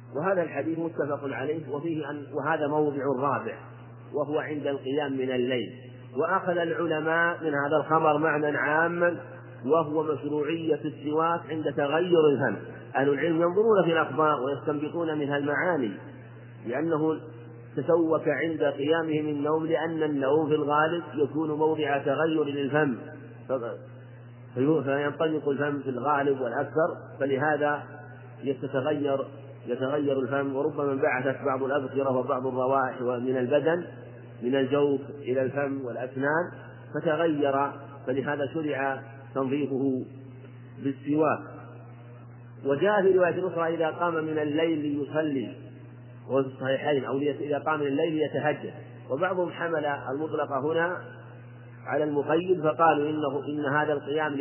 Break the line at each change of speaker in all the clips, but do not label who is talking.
وهذا الحديث متفق عليه، وهذا موضع رابع وهو عند القيام من الليل. وأخذ العلماء من هذا الخبر معنى عاما وهو مشروعية السواك عند تغير الفم. أهل العلم ينظرون في الأخبار ويستنبطون منها المعاني، لأنه تسوك عند قيامه من النوم، لأن النوم في الغالب يكون موضع تغير للفم، فينطلق الفم في الغالب والأكثر، فلهذا يتغير الفم. وربما انبعثت بعض الأبصرة وبعض الروائح من البدن من الجوف إلى الفم والأسنان فتغير، فلهذا شرع تنظيفه بالسواك. وجاء في رواية أخرى إذا قام من الليل ليصلي، وفي الصحيحين، أو إذا قام من الليل ليتهجد. وبعضهم حمل المطلق هنا على المقيد فقالوا إن هذا القيام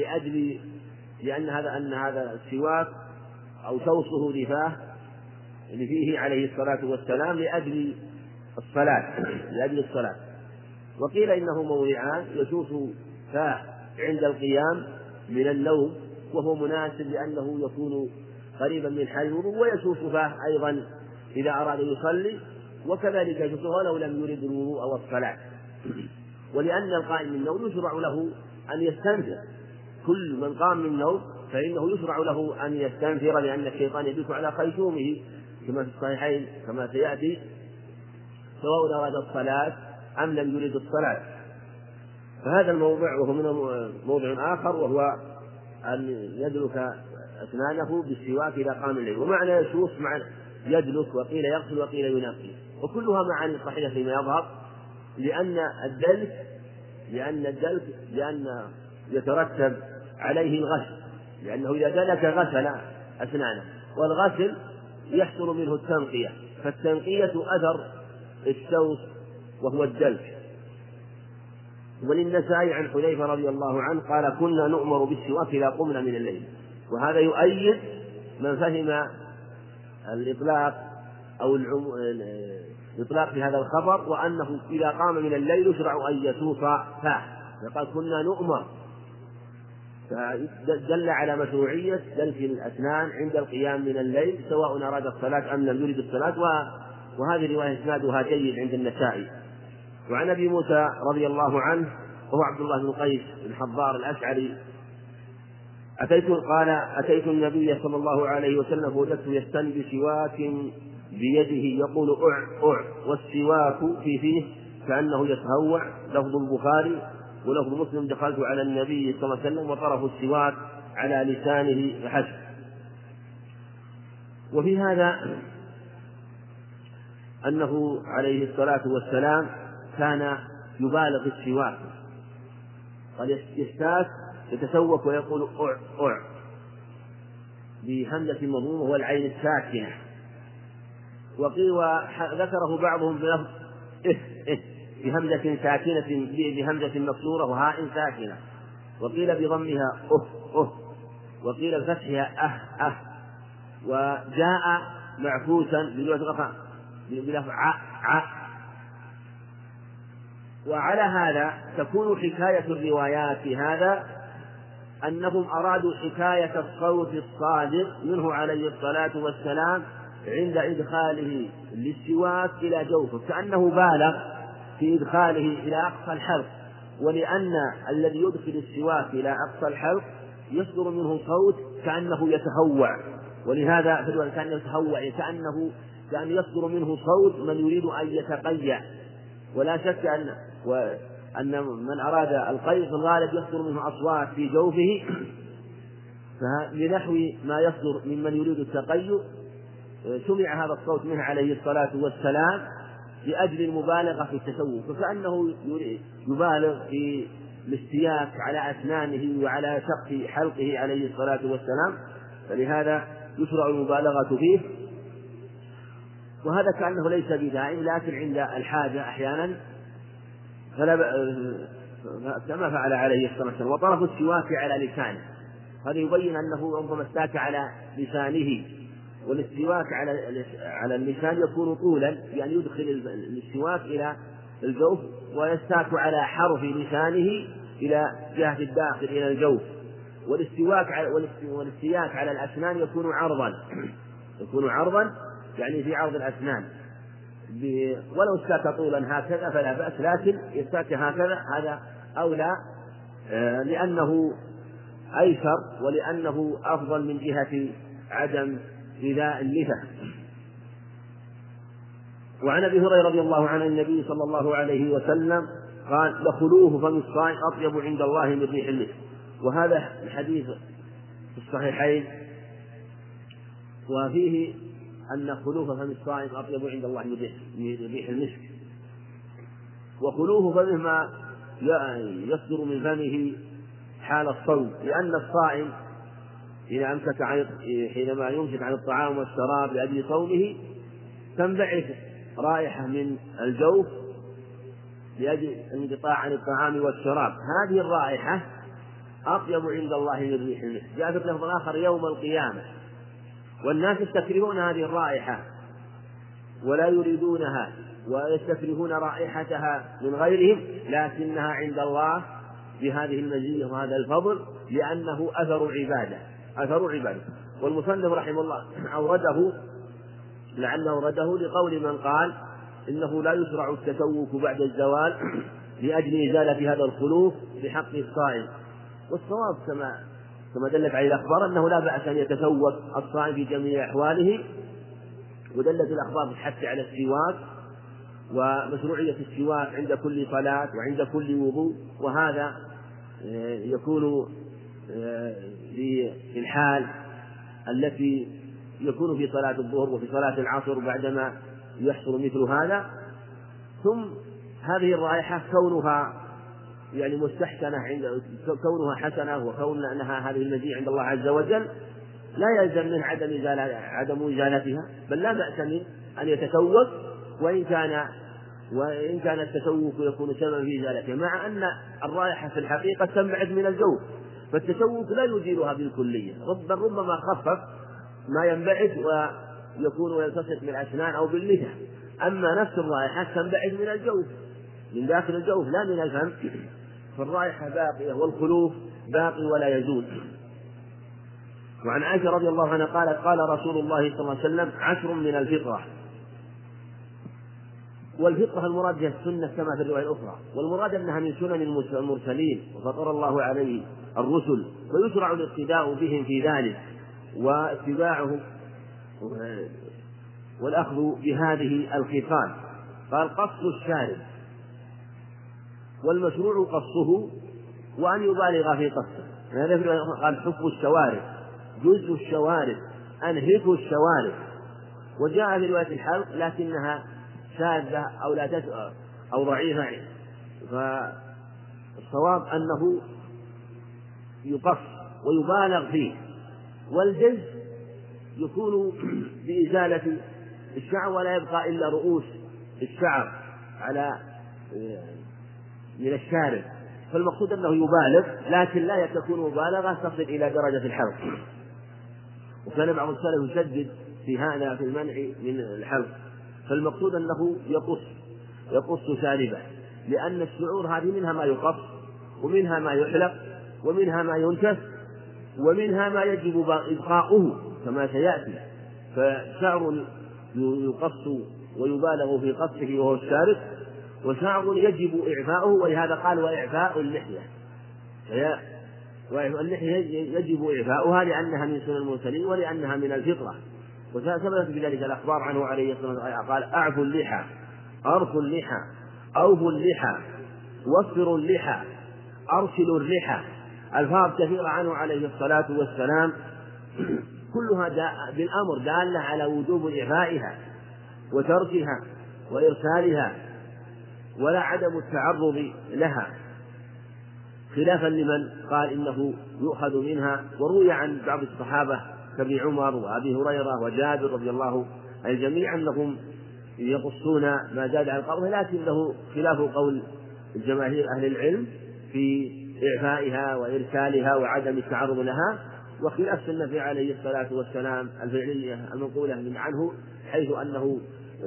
أن هذا السواك أو توصه لفاه اللي فيه عليه الصلاة والسلام لأجل الصلاة. وقيل إنه موضعان يشوف فاه عند القيام من النوم وهو مناسب لأنه يكون قريبا من حال الوضوء، ويشوف فاه أيضا إذا أراد يصلي، وكذلك يشوفه ولو لم يرد الوضوء أو الصلاة. ولأن القائم من النوم يشرع له أن يستنفر، كل من قام من النوم فإنه يشرع له أن يستنفر، لأن الشيطان يبيت على خيشومه كما في الصحيحين كما سيأتي، سواء أراد الصلاة أم لم يرد الصلاة. فهذا الموضع وهو من موضع آخر، وهو أن يدلك أسنانه بالسواك إذا قام الليل. ومعنى يشوف معنى يدلك، وقيل يغسل وقيل ينقي، وكلها معاني صحيحة فيما يظهر، لأن يترتب عليه الغسل، لأنه إذا دلك غسل أسنانه، والغسل يحصل منه التنقية، فالتنقية أثر الشوك وهو الدلك. وللنسائي عن حذيفة رضي الله عنه قال كنا نؤمر بالسواك إذا قمنا من الليل. وهذا يؤيد من فهم الإطلاق أو الإطلاق في هذا الخبر، وأنه إذا قام من الليل يشرع أن يسوق فاه، فقال كنا نؤمر، فدل على مشروعية دلك الأسنان عند القيام من الليل سواء أراد الصلاة أم لم يرد الصلاة. وهذه رواية إسنادها جيد عند النسائي. وعن أبي موسى رضي الله عنه وهو عبد الله بن قيس بن حضار الأشعري أتيت النبي صلى الله عليه وسلم فوجدته يستن بسواك بيده يقول أع، والسواك في فيه كأنه يتهوع. لفظ البخاري ولفظ مسلم دخلت على النبي صلى الله عليه وسلم وطرف السواك على لسانه فحسب. وفي هذا أنه عليه الصلاة والسلام كان يبالغ في السواك، قال يتسوك ويقول أع بهمزة مضمومة والعين الساكنة. وقيل وذكره بعضهم بلفظ بهمزة ساكنة بهمزة مكسورة وهاء ساكنة، وقيل بضمها وقيل بفتحها وجاء معكوسا بلفظ ع. وعلى هذا تكون حكاية الروايات في هذا أنهم أرادوا حكاية الصوت الصادق منه عليه الصلاة والسلام عند إدخاله للسواك إلى جوفه، كأنه بالغ في إدخاله إلى أقصى الحلق، ولأن الذي يدخل السواك إلى أقصى الحلق يصدر منه صوت كأنه يتهوع، ولهذا كان يتهوع كأن يصدر منه صوت من يريد أن يتقيأ. ولا شك أن من أراد القيء في الغالب يصدر منه أصوات في جوفه، فلنحو ما يصدر ممن يريد التقيؤ سمع هذا الصوت منه عليه الصلاة والسلام لأجل المبالغة في التسوق، فكأنه يبالغ في الاستياك على أسنانه وعلى شق حلقه عليه الصلاة والسلام، فلهذا يشرع المبالغة فيه. وهذا كأنه ليس بدائم، لكن عند الحاجة أحيانا كما فعل عليه الصلاة والسلام. وطرف السواك على لسانه، هذا يبين أنه ربما استاك على لسانه، والاستواك على اللسان يكون طولا، يعني يدخل السواك إلى الجوف ويستاك على حرف لسانه إلى جهة الداخل إلى الجوف. والاستياك على الأسنان يكون عرضا يعني في عرض الأسنان، ولو استاك طولا هكذا فلا بأس، لكن يستاك هكذا هذا أولى، لأنه أيسر ولأنه أفضل من جهة عدم إيذاء اللثة. وعن أبي هريرة رضي الله عنه النبي صلى الله عليه وسلم قال: لخلوه فم الصائم أطيب عند الله من ريح المسك. وهذا الحديث في الصحيحين، وفيه أن خلوف فم الصائم أطيب عند الله من ريح المسك. وخلوف فمه ما يصدر من فمه حال الصوم، لأن الصائم حينما يمسك عن الطعام والشراب لأجل صومه تنبعث رائحة من الجوف لأجل الانقطاع عن الطعام والشراب، هذه الرائحة أطيب عند الله من ريح المسك. جاء في اللفظ الآخر: يوم القيامة. والناس يستكرهون هذه الرائحة ولا يريدونها ويستكرهون رائحتها من غيرهم، لكنها عند الله بهذه المزية وهذا الفضل، لأنه أثر عبادة. والمصنف رحمه الله لعله أورده لقول من قال إنه لا يشرع التسوك بعد الزوال لأجل إزالة هذا الخلوف بحق الصائم. والصواب كما دلت عليه الأخبار أنه لا بأس أن يتسوك الصائم في جميع أحواله، ودلت الأخبار بالحث على السواك ومشروعية السواك عند كل صلاة وعند كل وضوء، وهذا يكون في الحال التي يكون في صلاة الظهر وفي صلاة العصر بعدما يحصل مثل هذا. ثم هذه الرائحة كونها يعني مستحسنة كونها حسنة وكون أنها هذه المزية عند الله عز وجل لا يلزم من عدم إزالتها، بل لا بأس من أن يتسوق، وإن كان التسوق يكون سببا في ذلك، مع أن الرائحة في الحقيقة تنبعث من الجوف، فالتسوق لا يزيلها بالكلية، ربما خفف ما ينبعث ويكون يلتصق بالأسنان أو باللثة. أما نفس الرائحة تنبعث من الجوف، من داخل الجوف لا من الفم، فالرائحة باقية والخلوف باقي ولا يزول. وعن عائشة رضي الله عنها قالت: قال رسول الله صلى الله عليه وسلم: 10 من الفطرة. والفطرة المراد بها السنة كما في الرواية الأخرى، والمراد أنها من سنن المرسلين وفطر الله عليه الرسل، ويشرع الاقتداء بهم في ذلك واتباعهم والأخذ بهذه الخصال. قال: قص الشارب، والمشروع قصه وأن يبالغ في قصه. قال: حف الشوارب، جزء الشوارب، أنهك الشوارب. وجاء في رواية الحلق لكنها شاذة أو لا أو ضعيفة، فالصواب أنه يقص ويبالغ فيه. والجز يكون بإزالة الشعر ولا يبقى إلا رؤوس الشعر على من الشارب، فالمقصود أنه يبالغ، لكن لا تكون مبالغة تصل إلى درجة الحلق. وكان بعض السلف يشدد في هذا في المنع من الحلق، فالمقصود أنه يقص شاربه، لأن الشعور هذه منها ما يقص ومنها ما يحلق ومنها ما ينتف ومنها ما يجب إبقاؤه كما سيأتي. فشعر يقص ويبالغ في قصه وهو الشارب، وشعر يجب إعفاؤه، ولهذا قال: وإعفاء اللحية. واللحية يجب إعفاؤها لأنها من سنن المرسلين ولأنها من الفطرة. وثبتت بذلك الأخبار عنه عليه الصلاة والسلام قال: أعفوا اللحى، أرخوا اللحى، أوفوا اللحى، وفروا اللحى، أرسلوا اللحى. ألفاظ كثيرة عنه عليه الصلاة والسلام كلها بالأمر دالة على وجوب إعفائها وتركها وإرسالها ولا عدم التعرض لها، خلافا لمن قال إنه يؤخذ منها. وروي عن بعض الصحابة كابن عمر وأبي هريرة وجابر رضي الله عن الجميع أنهم يقصون ما زاد عن قوله، لكنه خلاف قول الجماهير أهل العلم في إعفائها وإرسالها وعدم التعرض لها، وخلاف سنة عليه الصلاة والسلام الفعلية المنقولة من عنه، حيث أنه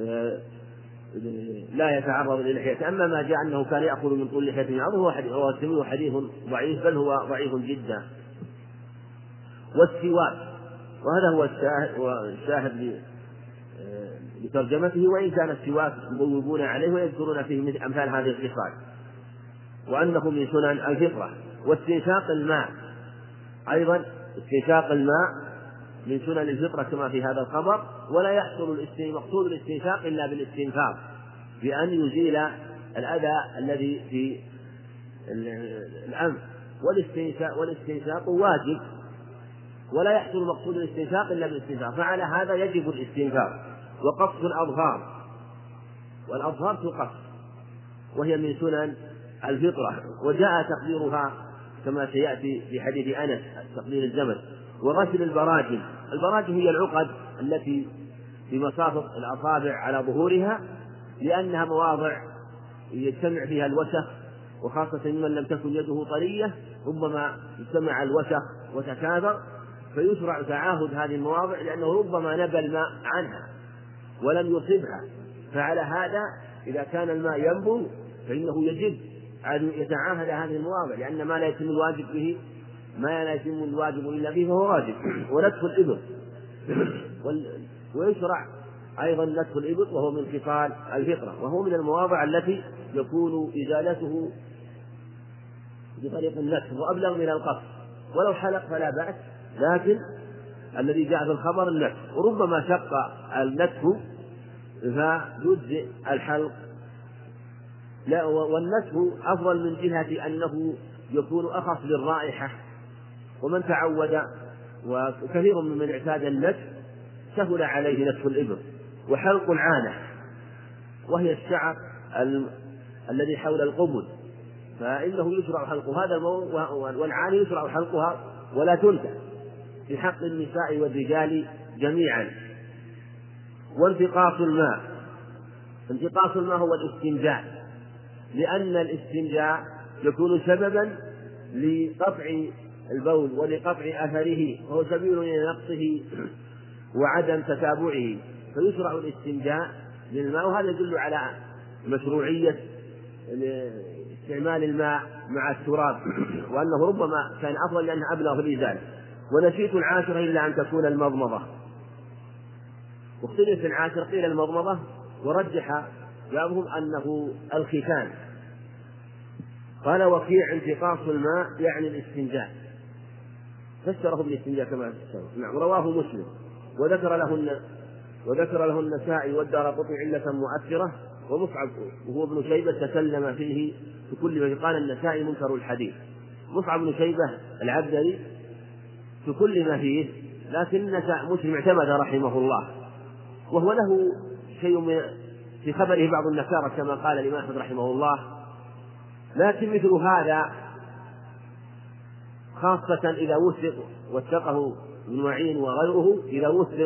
لا يتعرض للحية. أما ما جاء أنه كان يأخذ من طول لحية هو حديث ضعيف، بل هو ضعيف جدا. والسواك، وهذا هو الشاهد بترجمته، وإن كان السواك يبوبون عليه ويذكرون فيه أمثال هذه الخصال، وأنه من سنن الفطرة. واستنشاق الماء أيضا، استنشاق الماء من سنن الفطرة كما في هذا الخبر، ولا يحصل مقصود الاستنشاق إلا بالاستنفاض، بأن يزيل الأذى الذي في الأنف، والاستنشاق واجب، ولا يحصل مقصود الاستنشاق إلا بالاستنفاض، فعلى هذا يجب الاستنفاض. وقص الأظفار، والأظفار تقص وهي من سنن الفطرة، وجاء تقديرها كما سيأتي في حديث أنس تقدير الزمن. وغسل البراجم، البراجم هي العقد التي في مصافط الأصابع على ظهورها، لأنها مواضع يجتمع فيها الوسخ، وخاصة ممن لم تكن يده طرية ربما اجتمع الوسخ وتكاثر، فيشرع تعاهد هذه المواضع، لأنه ربما نبى الماء عنها ولم يصبها. فعلى هذا إذا كان الماء ينبو فإنه يجب أن يتعاهد هذه المواضع، لأن ما لا يتم الواجب به، ما لا يتم الواجب إلا به فهو واجب. ونتف الإبط، ويشرع أيضا نتف الإبط، وهو من خصال الفطرة، وهو من المواضع التي يكون إزالته بطريق النتف وأبلغ من القص، ولو حلق فلا بأس، لكن الذي جاء في الخبر النتف، وربما شق النتف فيجزئ الحلق. لا، والنتف أفضل من جهة أنه يكون أخف للرائحة، ومن تعود وكثير من اعتاد النتف سهل عليه نتف الإبر. وحلق العانة، وهي الشعر الذي حول القبل، فإنه يشرع حلق هذا والعانة يشرع حلقها ولا تنتهى في حق النساء والرجال جميعا. وانتقاص الماء، انتقاص الماء هو الاستنجاء، لأن الاستنجاء يكون سببا لقطع البول ولقطع أثره، وهو سبيل إلى نقصه وعدم تتابعه، فيشرع الاستنجاء للماء. وهذا يدل على مشروعية استعمال الماء مع التراب، وأنه ربما كان أفضل لأنه أبلغ في الإزالة. ونسيت العاشرة إلا أن تكون المضمضة، واختلف في العاشر، قيل المضمضة، ورجح بعضهم أنه الختان. قال وكيع انتقاص الماء يعني الاستنجاء، فسره بالاستنجاء كما سبق. رواه مسلم، وذكر له النسائي والدارقطني علة مؤثرة، ومصعب وهو ابن شيبة تكلم فيه في كل ما قال النسائي منكر الحديث. مصعب بن شيبة العبدري في كل ما فيه، لكن مسلم اعتمد رحمه الله، وهو له شيء في خبره بعض النكارة كما قال الإمام أحمد رحمه الله، لكن مثل هذا خاصة إذا وثق وثقه ابن معين وغيره، إذا وثق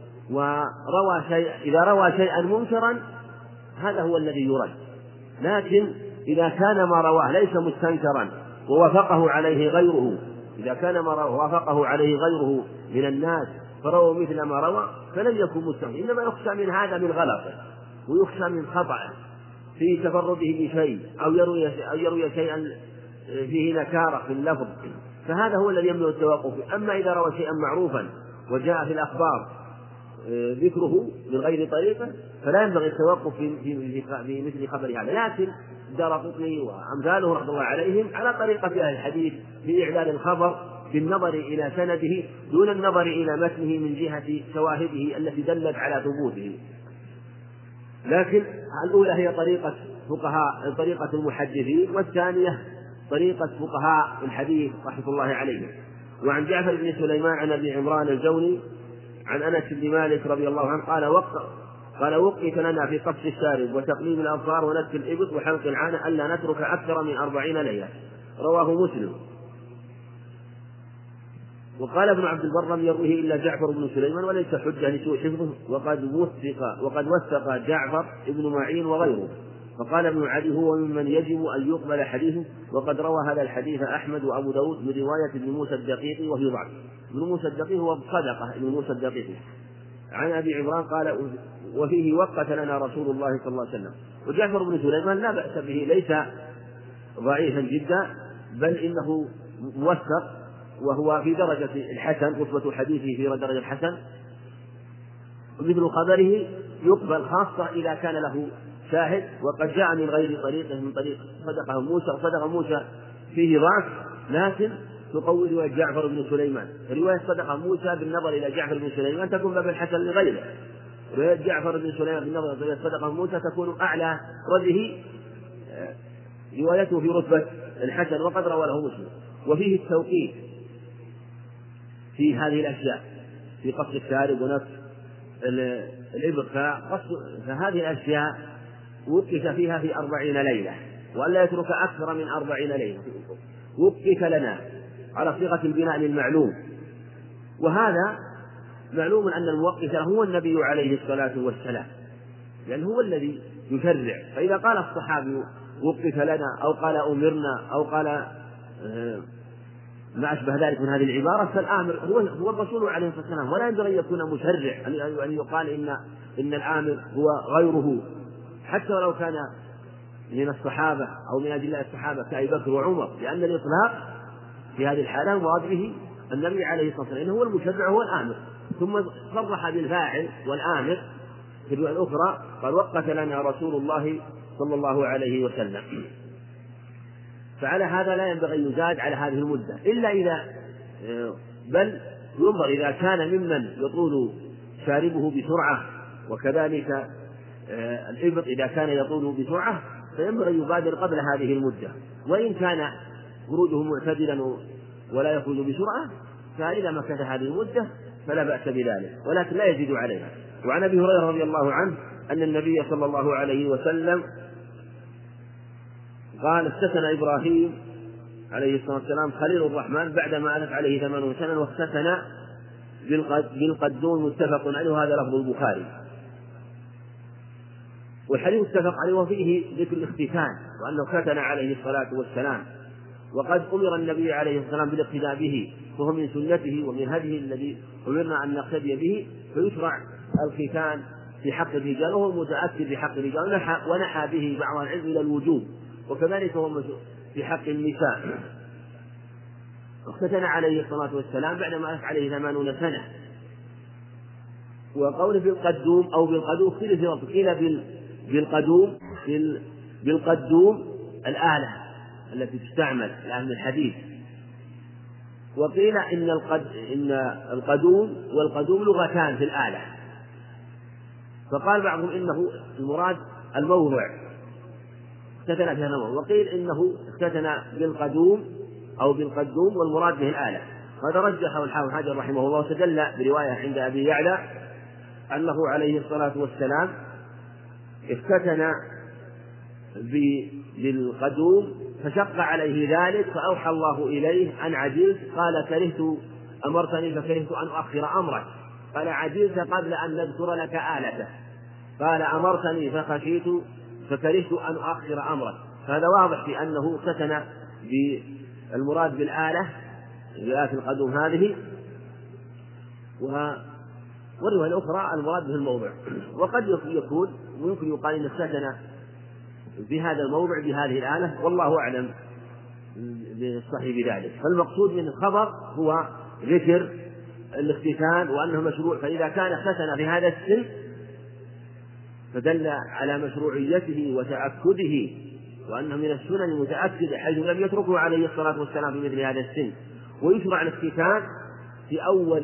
إذا روى شيئا منكرا هذا هو الذي يرد. لكن إذا كان ما رواه ليس مستنكرا ووافقه عليه غيره، إذا كان ما وافقه عليه غيره من الناس فرووا مثل ما روى فلم يكن مستنكرا، إنما يخشى من هذا من غلطه، ويخشى من خطأه في تفرده بشيء أو يروي شيئا فيه نكارة في اللفظ، فهذا هو الذي ينبغي التوقف. أما إذا روى شيئا معروفا وجاء في الأخبار ذكره من غير طريقه فلا ينبغي التوقف في مثل خبر هذا. لكن الدارقطني وأمثاله رحمه الله عليهم على طريقة أهل الحديث في إعلان الخبر بالنظر إلى سنده دون النظر إلى متنه من جهة شواهده التي دلت على ثبوته. لكن الأولى هي طريقة المحدثين، والثانية طريقة فقهاء الحديث رحمة الله عليهم. وعن جعفر بن سليمان عن أبي عمران الجوني عن أنس بن مالك رضي الله عنه قال وقت لنا في قص الشارب وتقليم الأظفار ونتف الإبط وحلق العانة ألا نترك أكثر من 40 ليلة، رواه مسلم. وقال ابن عبد البر لم يروه إلا جعفر بن سليمان وليس حجة لسوء حفظه، وقد وثق جعفر ابن معين وغيره. فقال ابن عدي هو ممن يجب أن يقبل حديثه، وقد روى هذا الحديث أحمد وأبو داود من رواية ابن موسى الدقيقي وفي ضعف. ابن موسى الدقيقي هو صدقة ابن موسى الدقيقي عن أبي عمران قال وفيه وقت لنا رسول الله صلى الله عليه وسلم. وجعفر بن سليمان لا بأس به، ليس ضعيفا جدا، بل إنه موثق وهو في درجة الحسن، رتبة حديثه في درجة الحسن. ومثل خبره يقبل، خاصة إذا كان له شاهد وقد جاء من غير طريقه، من طريق صدقه موسى، وصدق موسى فيه ضعف، لكن تقوي رواية جعفر بن سليمان. رواية صدق موسى بالنظر إلى جعفر بن سليمان تكون باب الحسن لغيره، رواية جعفر بن سليمان بالنظر إلى صدق موسى تكون أعلى رده روايته في رتبة الحسن، وقد روى له مسلم. وفيه التوقيت في هذه الأشياء، في قص الشارب ونفس الإبر، فهذه الأشياء وقف فيها في 40 ليلة، وألا يترك أكثر من 40 ليلة. وقف لنا على صيغة البناء للمعلوم، وهذا معلوم أن الموقف هو النبي عليه الصلاة والسلام، لأنه هو الذي يشرع. فإذا قال الصحابي وقف لنا أو قال أمرنا أو قال ما أشبه ذلك من هذه العبارة، فالآمر هو الرسول عليه الصلاة والسلام، ولا ينبغي أن يكون مشرع، أن يقال إن الآمر هو غيره، حتى ولو كان من الصحابة أو من أدلاء الصحابة كأبي بكر وعمر، لأن الإطلاق في هذه الحالة المراد به النبي عليه الصلاة والسلام، إنه هو المشرع هو الآمر. ثم صرح بالفاعل والآمر في الرواية الأخرى قال وقف لنا رسول الله صلى الله عليه وسلم. فعلى هذا لا ينبغي أن يزاد على هذه المدة، إلا إذا بل ينظر إذا كان ممن يطول شاربه بسرعة، وكذلك الإبط إذا كان يطول بسرعة فينبغي أن يبادر قبل هذه المدة. وإن كان خروجه معتدلا ولا يخرج بسرعة فإذا مكث هذه المدة فلا بأس بذلك، ولكن لا يزيد عليها. وعن أبي هريرة رضي الله عنه أن النبي صلى الله عليه وسلم قال اختتن إبراهيم عليه الصلاة والسلام خليل الرحمن بعدما ألف عليه 80 سنة، واختتن بالقدوم، متفق عليه، وهذا لفظ البخاري. والحديث متفق عليه وفيه ذكر الاختتان، وأنه اختتن عليه الصلاة والسلام، وقد أمر النبي عليه الصلاة والسلام بالاقتداء به، وهو من سنته ومن هديه الذي أمرنا أن نقتدي به. فيشرع الختان في حق الرجال، وهو متأكد في حق الرجال، ونحى به بعض العلم إلى الوجوب، وكذلك هو في حق النساء. اختتن عليه الصلاة والسلام بعدما ألف عليه 80 سنة. وقوله بالقدوم أو بالقدوم اختلف في وقت، قيل بالقدوم الآلة التي تستعمل لأهل الحديث، وقيل إن القدوم والقدوم لغتان في الآلة. فقال بعضهم إنه المراد الموضع اختتن فيها الموضع، وقيل إنه اختتن بالقدوم أو بالقدوم والمراد به الآلة. هذا رجحه الحافظ حجر رحمه الله، واستدل برواية عند أبي يعلى أنه عليه الصلاة والسلام اختتن بالقدوم فشق عليه ذلك، فأوحى الله إليه أن عجلت، قال كرهت أمرتني فكرهت أن أؤخر أمرك، قال عجلت قبل أن نذكر لك آلته، قال أمرتني فخشيت فكرهت أن أؤخر أمرك. فهذا واضح في أنه اختتن بالمراد بالآلة بآلة القدوم هذه، والرواية الأخرى المراد به الموضع. وقد يكون ممكن يقال إن اختتن بهذا الموضع بهذه الآلة، والله أعلم بالصحيح بذلك. فالمقصود من الخبر هو ذكر الاختتان وأنه مشروع، فإذا كان اختتن في هذا السن فدل على مشروعيته وتأكده، وأنه من السنن المتأكدة حيث لم يتركه عليه الصلاة والسلام في مثل هذا السن. ويشرع الاختتان في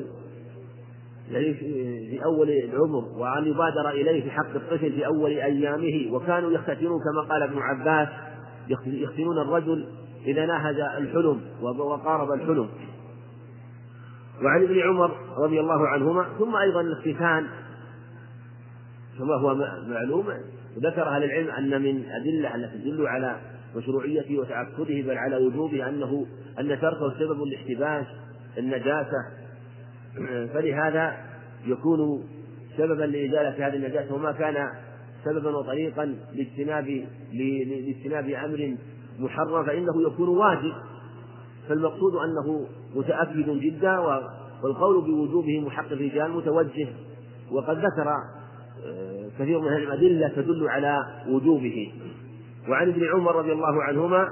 أول العمر، وأن يبادر إليه في حق الطفل في أول أيامه. وكانوا يختتنون كما قال ابن عباس، يختنون الرجل إذا ناهز الحلم وقارب الحلم. وعن ابن عمر رضي الله عنهما. ثم أيضا الاختتان كما هو معلوم ذكر أهل العلم أن من أدلة التي تدل على مشروعيته وتأكده بل على وجوبه أن تركه سبب لاحتباس النجاسة، فلهذا يكون سببا لإزالة هذه النجاسة، وما كان سببا وطريقا لاجتناب أمر محرم فإنه يكون واجب. فالمقصود أنه متأكد جدا، والقول بوجوبه محق الرجال متوجه، وقد ذكر كثير من الأدلة تدل على وجوبه. وعن ابن عمر رضي الله عنهما،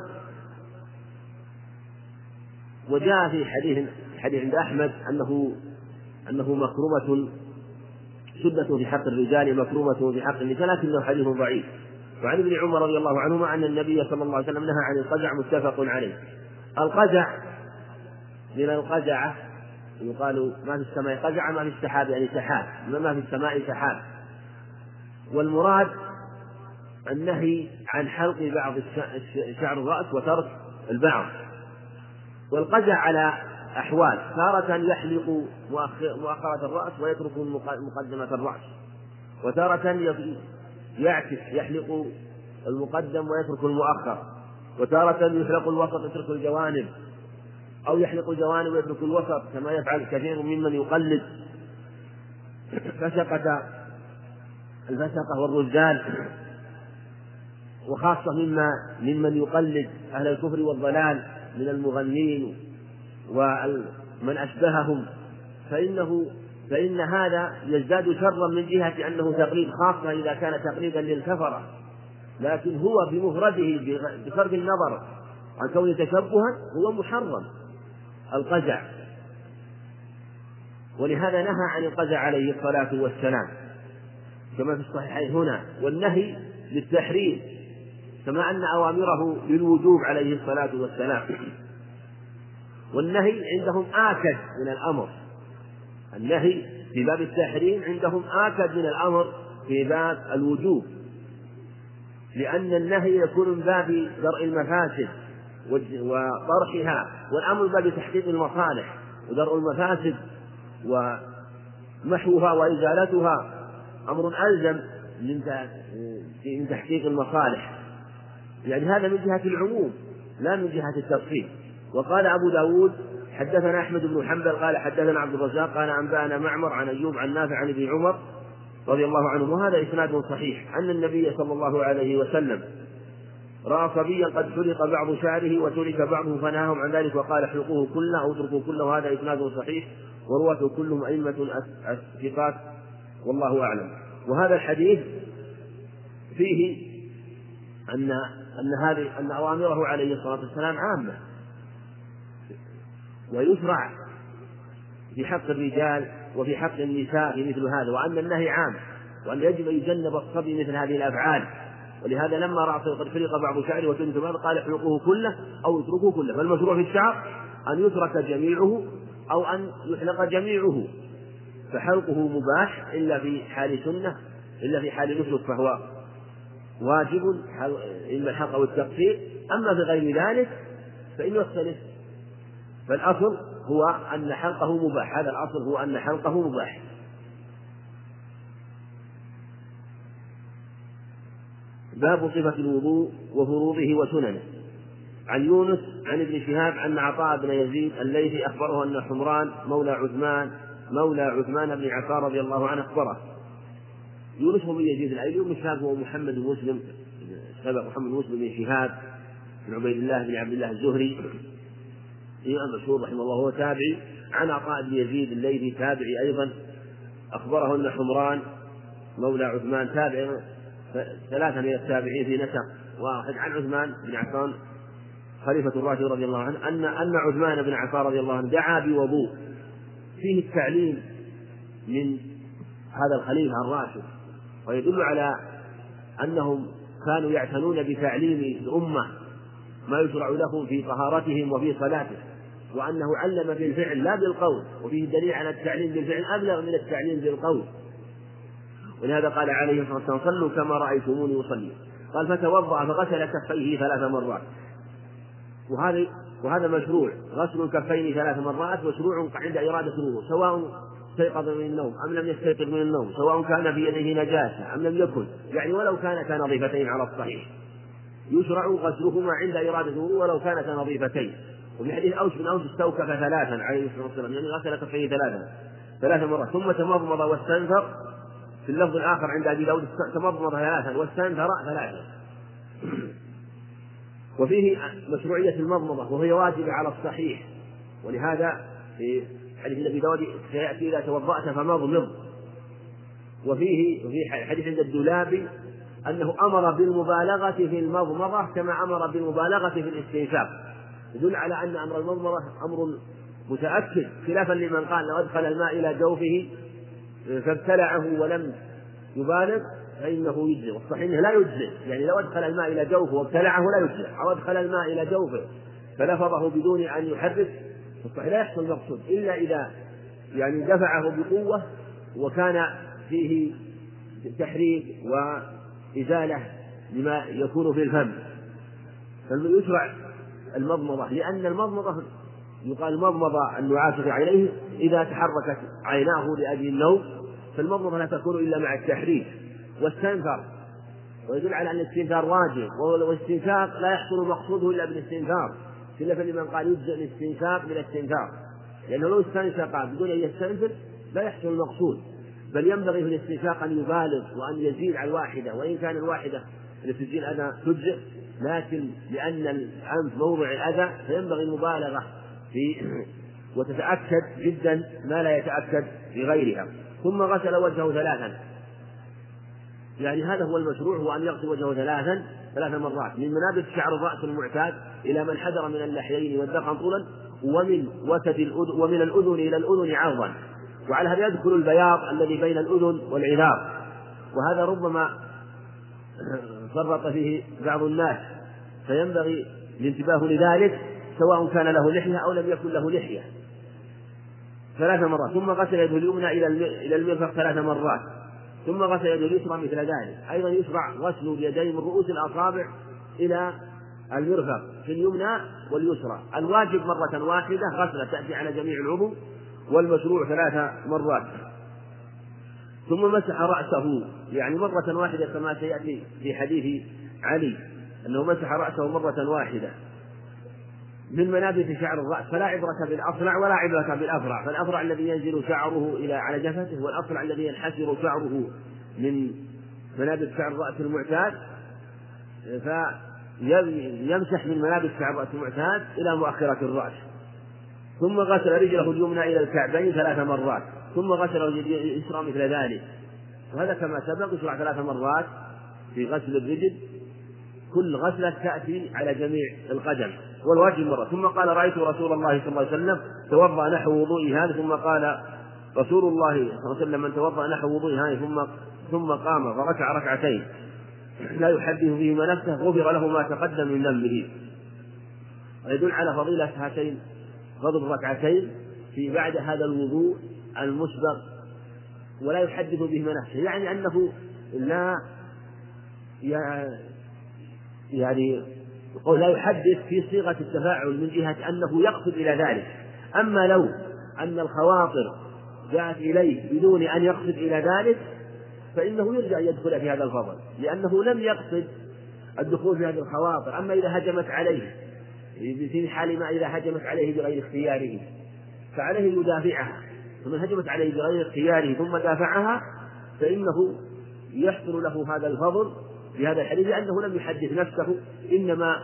وجاء في حديث عند أحمد أنه مكرمة سنة في حق الرجال مكرومة في حق النساء، لكنه حديث ضعيف. وعن ابن عمر رضي الله عنهما أن النبي صلى الله عليه وسلم نهى عن القزع، متفق عليه. القزع من القزعة، يقال ما في السماء قزع، ما في السحاب يعني سحاب، ما في السماء سحاب. والمراد النهي عن حلق بعض شعر الرأس وترك البعض. والقزع على أحوال، تارة يحلق مؤخرة الرأس ويترك مقدمة الرأس، وتارة يعكس يحلق المقدم ويترك المؤخر، وتارة يحلق الوسط ويترك الجوانب، أو يحلق الجوانب ويترك الوسط كما يفعل كثير ممن يقلد الفسقة والرجال، وخاصة ممن يقلد أهل الكفر والضلال من المغنين ومن أشبههم، فإن هذا يزداد شرا من جهة أنه تقليد، خاصة إذا كان تقليدا للكفرة، لكن هو بمفرده بصرف النظر عن كونه تشبها هو محرم القزع. ولهذا نهى عن القزع عليه الصلاة والسلام كما في الصحيحين هنا، والنهي للتحريم كما أن أوامره للوجوب عليه الصلاة والسلام. والنهي عندهم آكد من الأمر، النهي في باب التحريم عندهم آكد من الأمر في باب الوجوب، لأن النهي يكون من باب درء المفاسد وطرحها، والأمر باب تحقيق المصالح، ودرء المفاسد ومحوها وإزالتها أمر ألزم من تحقيق المصالح، يعني هذا من جهة العموم لا من جهة التفصيل. وقال أبو داود حدثنا أحمد بن حنبل قال حدثنا عبد الرزاق قال أنبأنا معمر عن أيوب عن نافع عن ابن عمر رضي الله عنه، وهذا إسناد صحيح، أن النبي صلى الله عليه وسلم رأى صبيا قد حلق بعض شعره وترك بعضه فنهاهم عن ذلك وقال احلقوه كله أو اتركوه كله، وهذا إسناد صحيح ورواته كلهم أئمة ثقات والله أعلم. وهذا الحديث فيه أن أوامره عليه الصلاة والسلام عامة، ويشرع في حق الرجال وفي حق النساء في مثل هذا، وأن النهي عام، وأن يجب أن يجنب الصبي مثل هذه الأفعال. ولهذا لما رأى قد حلق بعض شعره وترك بعض قال احلقوه كله أو اتركوه كله، فالمشروع في الشعر أن يترك جميعه أو أن يحلق جميعه، فحلقه مباح إلا في حال سنة، إلا في حال نسك فهو واجب إما الحلق أو التقصير، أما في غير ذلك فإنه يختلف. فالأصل هو أن حلقه مباح، هذا الأصل هو أن حلقه مباح. باب صفة الوضوء وفروضه وسننه. عن يونس عن ابن شهاب أن عطاء بن يزيد الليثي أخبره أن حمران مولى عثمان بن عفان رضي الله عنه أخبره. يونس هو بن يزيد الأيلي، وابن شهاب هو محمد بن مسلم بن شهاب بن عبيد الله بن عبد الله الزهري إمام مشهور رحمه الله، هو تابعي. عن عطاء بن يزيد الليثي تابعي أيضا أخبره أن حمران مولى عثمان تابعي، ثلاثة من التابعين في نسق واحد، عن عثمان بن عفان خليفة الراشد رضي الله عنه أن عثمان بن عفان رضي الله عنه دعا بوضوء، فيه التعليم من هذا الخليفة الراشد، ويدل على أنهم كانوا يعتنون بتعليم الأمة ما يشرع لهم في طهارتهم وفي صلاتهم، وأنه علم بالفعل لا بالقول، وفيه دليل على التعليم بالفعل أبلغ من التعليم بالقول. ولهذا قال عليه الصلاة والسلام صلوا كما رأيتموني أصلي، قال فتوضأ فغسل كفيه 3 مرات، وهذا مشروع، غسل الكفين 3 مرات مشروع عند إرادة الوضوء، سواء استيقظ من النوم أم لم يستيقظ من النوم، سواء كان في يده نجاسة أم لم يكن، يعني ولو كانتا نظيفتين على الصحيح يشرع غسلهما عند إرادة الوضوء ولو كانتا نظيفتين. وفي حديث أوس بن أوس استوكف 3 عليه الصلاة والسلام، يعني غسل كفيه 3 مرات، ثم تمضمض واستنثر. في اللفظ الآخر عند أبي داود تمضمض 3 واستنثر 3. وفيه مشروعية المضمضة وهي واجبة على الصحيح، ولهذا في حديث أبي داود سيأتي إذا توضأت فمضمض. وفي حديث عند الدولابي أنه أمر بالمبالغة في المضمضة كما أمر بالمبالغة في الاستنشاق، يدل على أن أمر المضمضة أمر متأكد، خلافا لمن قال لو أدخل الماء إلى جوفه فابتلعه ولم يبالغ فإنه يجزئ، والصحيح أنه لا يجزئ، يعني لو أدخل الماء إلى جوفه وابتلعه لا يجزئ، أو أدخل الماء إلى جوفه فلفظه بدون أن يحرك، فالصحيح لا يحصل المقصود إلا إذا يعني دفعه بقوة وكان فيه تحريك وإزالة لما يكون في الفم، فيشرع المضمضة، لأن المضمضة يقال مضمضة النعاس في عينيه إذا تحركت عيناه لأجل النوم، فالمضمضة لا تكون إلا مع التحريك واستنثر، ويدل على أن الاستنثار واجب، والاستنشاق لا يحصل مقصوده إلا بالاستنثار، خلافا لمن قال يجزئ الاستنشاق بالاستنثار، لأنه لو استنشق بدون أن يستنثر لا يحصل المقصود، بل ينبغي في الاستنشاق أن يبالغ وأن يزيد على الواحدة، وإن كان الواحدة التي تزيل الأذى تجزئ، لكن لأن الأنف موضع الأذى فينبغي المبالغة في وتتأكد جدا ما لا يتأكد في غيرها. ثم غسل وجهه ثلاثا، يعني هذا هو المشروع، هو أن يغسل وجهه ثلاث مرات، من منابت شعر الرأس المعتاد إلى من حدر من اللحيين والذقن طولا، ومن الأذن إلى الأذن عرضا، وعلى هذا يدخل البياض الذي بين الأذن والعذار، وهذا ربما فرط فيه بعض الناس، فينبغي الانتباه لذلك سواء كان له لحية أو لم يكن له لحية، 3 مرات. ثم غسل يده اليمنى إلى المرفق 3 مرات، ثم غسل يده اليسرى مثل ذلك. أيضا يشرع غسل اليدين من رؤوس الأصابع إلى المرفق في اليمنى واليسرى، الواجب مرة واحدة غسلة تأتي على جميع العضو، والمشروع 3 مرات. ثم مسح رأسه يعني مرة واحدة كما سيأتي في حديث علي أنه مسح رأسه مرة واحدة من منابت شعر الرأس، فلا عبرة بالأصلع ولا عبرة بالأفرع، فالأفرع الذي ينزل شعره على جفته، والأصلع الذي ينحسر شعره من منابت شعر الرأس المعتاد، فيمسح من منابت شعر الرأس المعتاد إلى مؤخرة الرأس. ثم غسل رجله اليمنى إلى الكعبين 3 مرات، ثم غسل رجله اليسرى مثل ذلك، وهذا كما سبق يشرع 3 مرات في غسل الرجل، كل غسلة تأتي على جميع القدم، والواجب مرة. ثم قال رأيت رسول الله صلى الله عليه وسلم توضأ نحو وضوء هذا، ثم قال رسول الله صلى الله عليه وسلم من توضأ نحو وضوء هذا ثم قام فركع ركعتين لا يحدث فيهما نفسه غفر له ما تقدم من ذنبه، ويدل على فضيلة هاتين، فضل ركعتين في بعد هذا الوضوء المسبق ولا يحدث بهما نفسه، يعني أنه لا لا يحدث في صيغة التفاعل من جهة أنه يقصد إلى ذلك. أما لو أن الخواطر جاءت إليه بدون أن يقصد إلى ذلك فإنه يرجع يدخل في هذا الفضل، لأنه لم يقصد الدخول في هذه الخواطر. أما إذا هجمت عليه في حال ما إذا هجمت عليه بغير اختياره فعليه يدافعها، فمن هجمت عليه بغير اختياره ثم دافعها فإنه يحصل له هذا الفضل بهذا الحديث، لأنه لم يحدث نفسه، إنما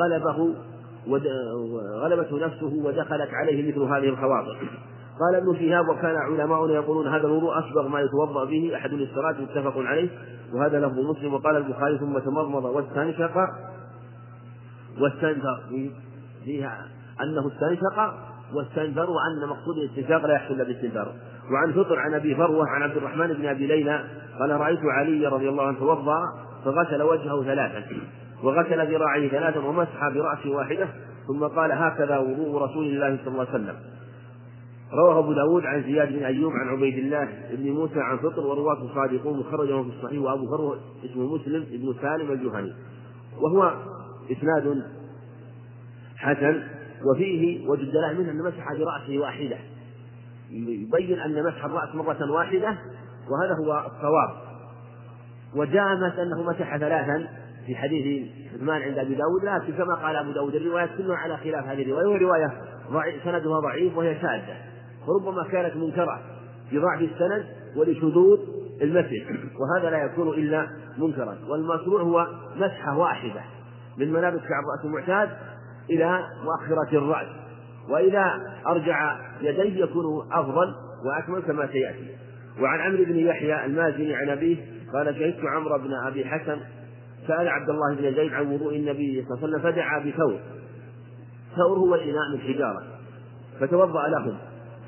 غلبته نفسه ودخلت عليه مثل هذه الخواطر. قال ابن شهاب وكان علماؤنا يقولون هذا الوضوء أسبغ ما يتوضأ به أحد للصلاة، متفق عليه، وهذا لفظ مسلم. وقال البخاري ثم تمضمض واستنشق واستنثر، فيها أنه استنشق واستنثر، وأن مقصود الاستنشاق لا يحصل إلا بالاستنثار. وعن فطر عن أبي فروة عن عبد الرحمن بن أبي ليلى قال رأيت علي رضي الله عنه توضأ فغسل وجهه 3 وغسل ذراعيه 3 ومسح برأسه 1، ثم قال هكذا وضوء رسول الله صلى الله عليه وسلم. رواه أبو داود عن زياد بن أيوب عن عبيد الله بن موسى عن فطر، ورواة صادقون خرجه في الصحيح، وأبو فروة اسمه مسلم بن سالم الجهني، وهو إسناد حسن. وفيه وجد دلالة منه أن مسح برأسه 1، يبين أن مسح الرأس مرة واحدة، وهذا هو الصواب. وجاء أنه مسح 3 في حديث عثمان عند أبي داود، لكن كما قال أبو داود الروايات كلها على خلاف هذه الرواية، وهي رواية سندها ضعيف وهي شاذة، وربما كانت منكرة لضعف السند ولشذوذ المسح، وهذا لا يكون إلا منكرا. والمشروع هو مسحة 1 من منابت شعر الرأس المعتاد إلى مؤخرة الرأس، وإذا أرجع يديه يكون أفضل وأكمل كما سيأتي. وعن عمرو بن يحيى المازني عن أبيه قال شهدت عمرو بن أبي حسن سأل عبد الله بن زيد عن وضوء النبي صلى الله عليه وسلم فدعا بثور، ثور هو الإناء من حجارة، فتوضأ لهم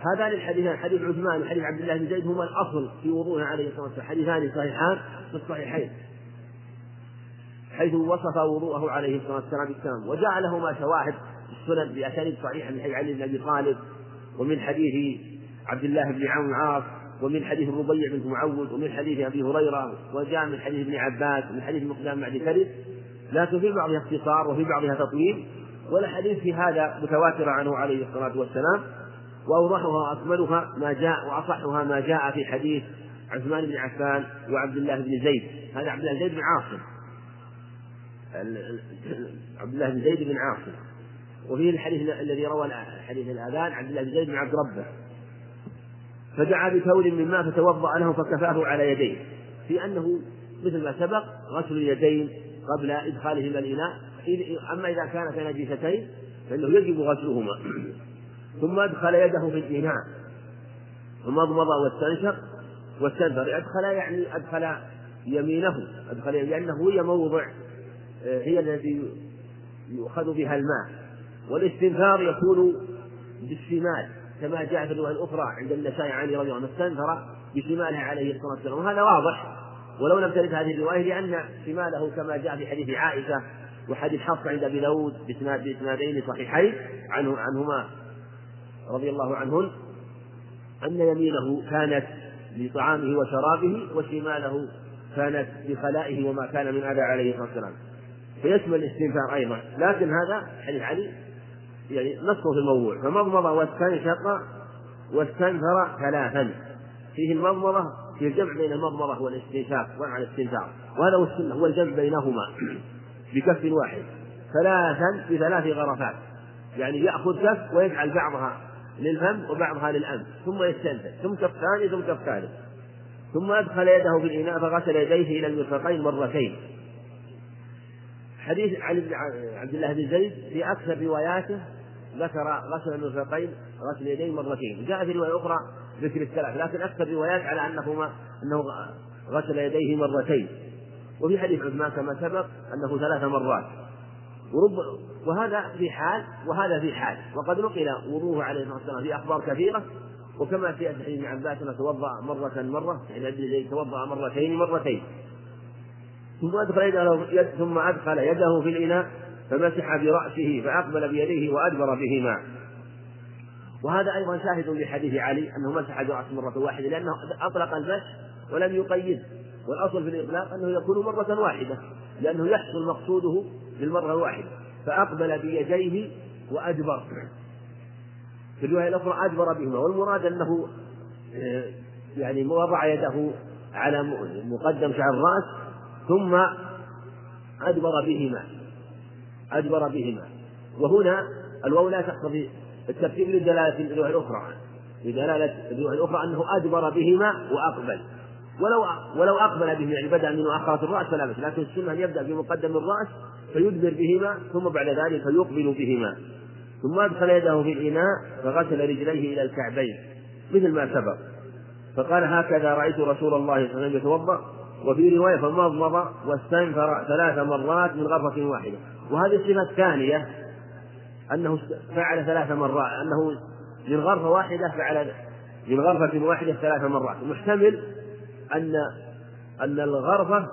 هذان الحديثان حديث عثمان وحديث عبد الله بن زيد هما الأصل في وضوءه عليه الصلاة والسلام، حديثان صحيحان في الصحيحين، حيث وصف وضوءه عليه الصلاة والسلام بالتمام، وجاء لهما شواهد السنن بأسانيد صحيحة من حديث علي بن أبي طالب، ومن حديث عبد الله بن عمرو العاص، ومن حديث الربيع بن معوذ، ومن حديث أبي هريرة، وجاء من حديث ابن عباس، ومن حديث المقدام بعد كذب، لكن في بعضها اختصار وفي بعضها تطويل، والحديث في هذا متواتر عنه عليه الصلاة والسلام، وأوضحها وأكملها ما جاء وأصحها ما جاء في حديث عثمان بن عفان وعبد الله بن زيد. هذا عبد الله بن زيد بن عاصم، عبد الله بن زيد بن عاصم. وفيه الحديث الذي روى حديث الأذان عبد الله بن زيد بن عبد ربه، فدعا بثور من ماء فتوضأ له فكفاه على يديه، في أنه مثل ما سبق غسل اليدين قبل إدخالهما الإناء، أما إذا كانتا نجستين فإنه يجب غسلهما. ثم أدخل يده في الإناء ومضمض واستنشق واستنثر. أدخل يعني أدخل يمينه، لأنه هي موضع هي الذي يؤخذ بها الماء، والاستنثار يكون بالشمال كما جاء في الرواية الأخرى عند النسائي عن رضي الله عنه استنثر بشماله عليه الصلاة والسلام، وهذا واضح ولو لم ترد هذه الرواية، لأن شماله كما جاء في حديث عائشة وحديث حفص عند أبي داود بإسنادين صحيحين عنهما رضي الله عنهن، أن يمينه كانت لطعامه وشرابه وشماله كانت لخلائه وما كان من أذى عليه الصلاة والسلام، فيشمل الاستنثار أيضا. لكن هذا حديث علي يعني نصه في الموضوع، فمضمض واستنشق واستنثر ثلاثا، فيه المضمضة في الجمع بين المضمضة والاستنشاق وعلى الاستنثار، وهذا هو السنة، هو الجمع بينهما بكف واحد ثلاثا بثلاث غرفات، يعني يأخذ كف ويجعل بعضها للفم وبعضها للأنف ثم يستنثر، ثم كف ثاني ثم كف ثالث، ثم أدخل يده في الإناء فغسل يديه إلى المرفقين مرتين. حديث عن عبد الله بن زيد في أكثر رواياته ذكر غسل المرفقين غسل اليدين مرتين، جاء في رواية أخرى ذكر الثلاث، لكن أكثر روايات على أنه غسل يديه مرتين. وفي حديث عثمان كما سبق أنه 3 مرات، وهذا في حال وهذا في حال، وقد نقل وضوءه عليه الصلاة والسلام في أخبار كثيرة، وكما في حديث ابن عباس أنه توضأ مرة، يعني ابن زيد توضأ مرتين، ثم أدخل يده في الإناء فمسح برأسه فأقبل بيديه وأدبر بهما. وهذا أيضا شاهد لحديث علي أنه مسح برأسه مرة واحدة، لأنه أطلق المسح ولم يقيد، والأصل في الإطلاق أنه يكون مرة واحدة، لأنه يحصل مقصوده بالمرة الواحدة، فأقبل بيديه وأدبر. في الرواية الأخرى أدبر بهما، والمراد أنه يعني وضع يده على مقدم شعر الرأس ثم أدبر بهما. وهنا الواو لا تقتضي الترتيب لدلالة الرواية الأخرى أنه أدبر بهما وأقبل، ولو أقبل بهما يعني بدأ من مؤخرة الرأس فلا بأس، لكن السنة أن يبدأ بمقدم الرأس فيدبر بهما ثم بعد ذلك فيقبل بهما، ثم أدخل يده في الإناء فغسل رجليه إلى الكعبين مثل ما سبق، فقال هكذا رأيت رسول الله صلى الله عليه وسلم يتوضأ. وفي رواية فمضمض واستنثر 3 مرات من غرفة واحدة. وهذه الصفة الثانية أنه فعل 3 مرات، أنه من غرفة واحدة فعل من غرفة واحدة 3 مرات، محتمل أن الغرفة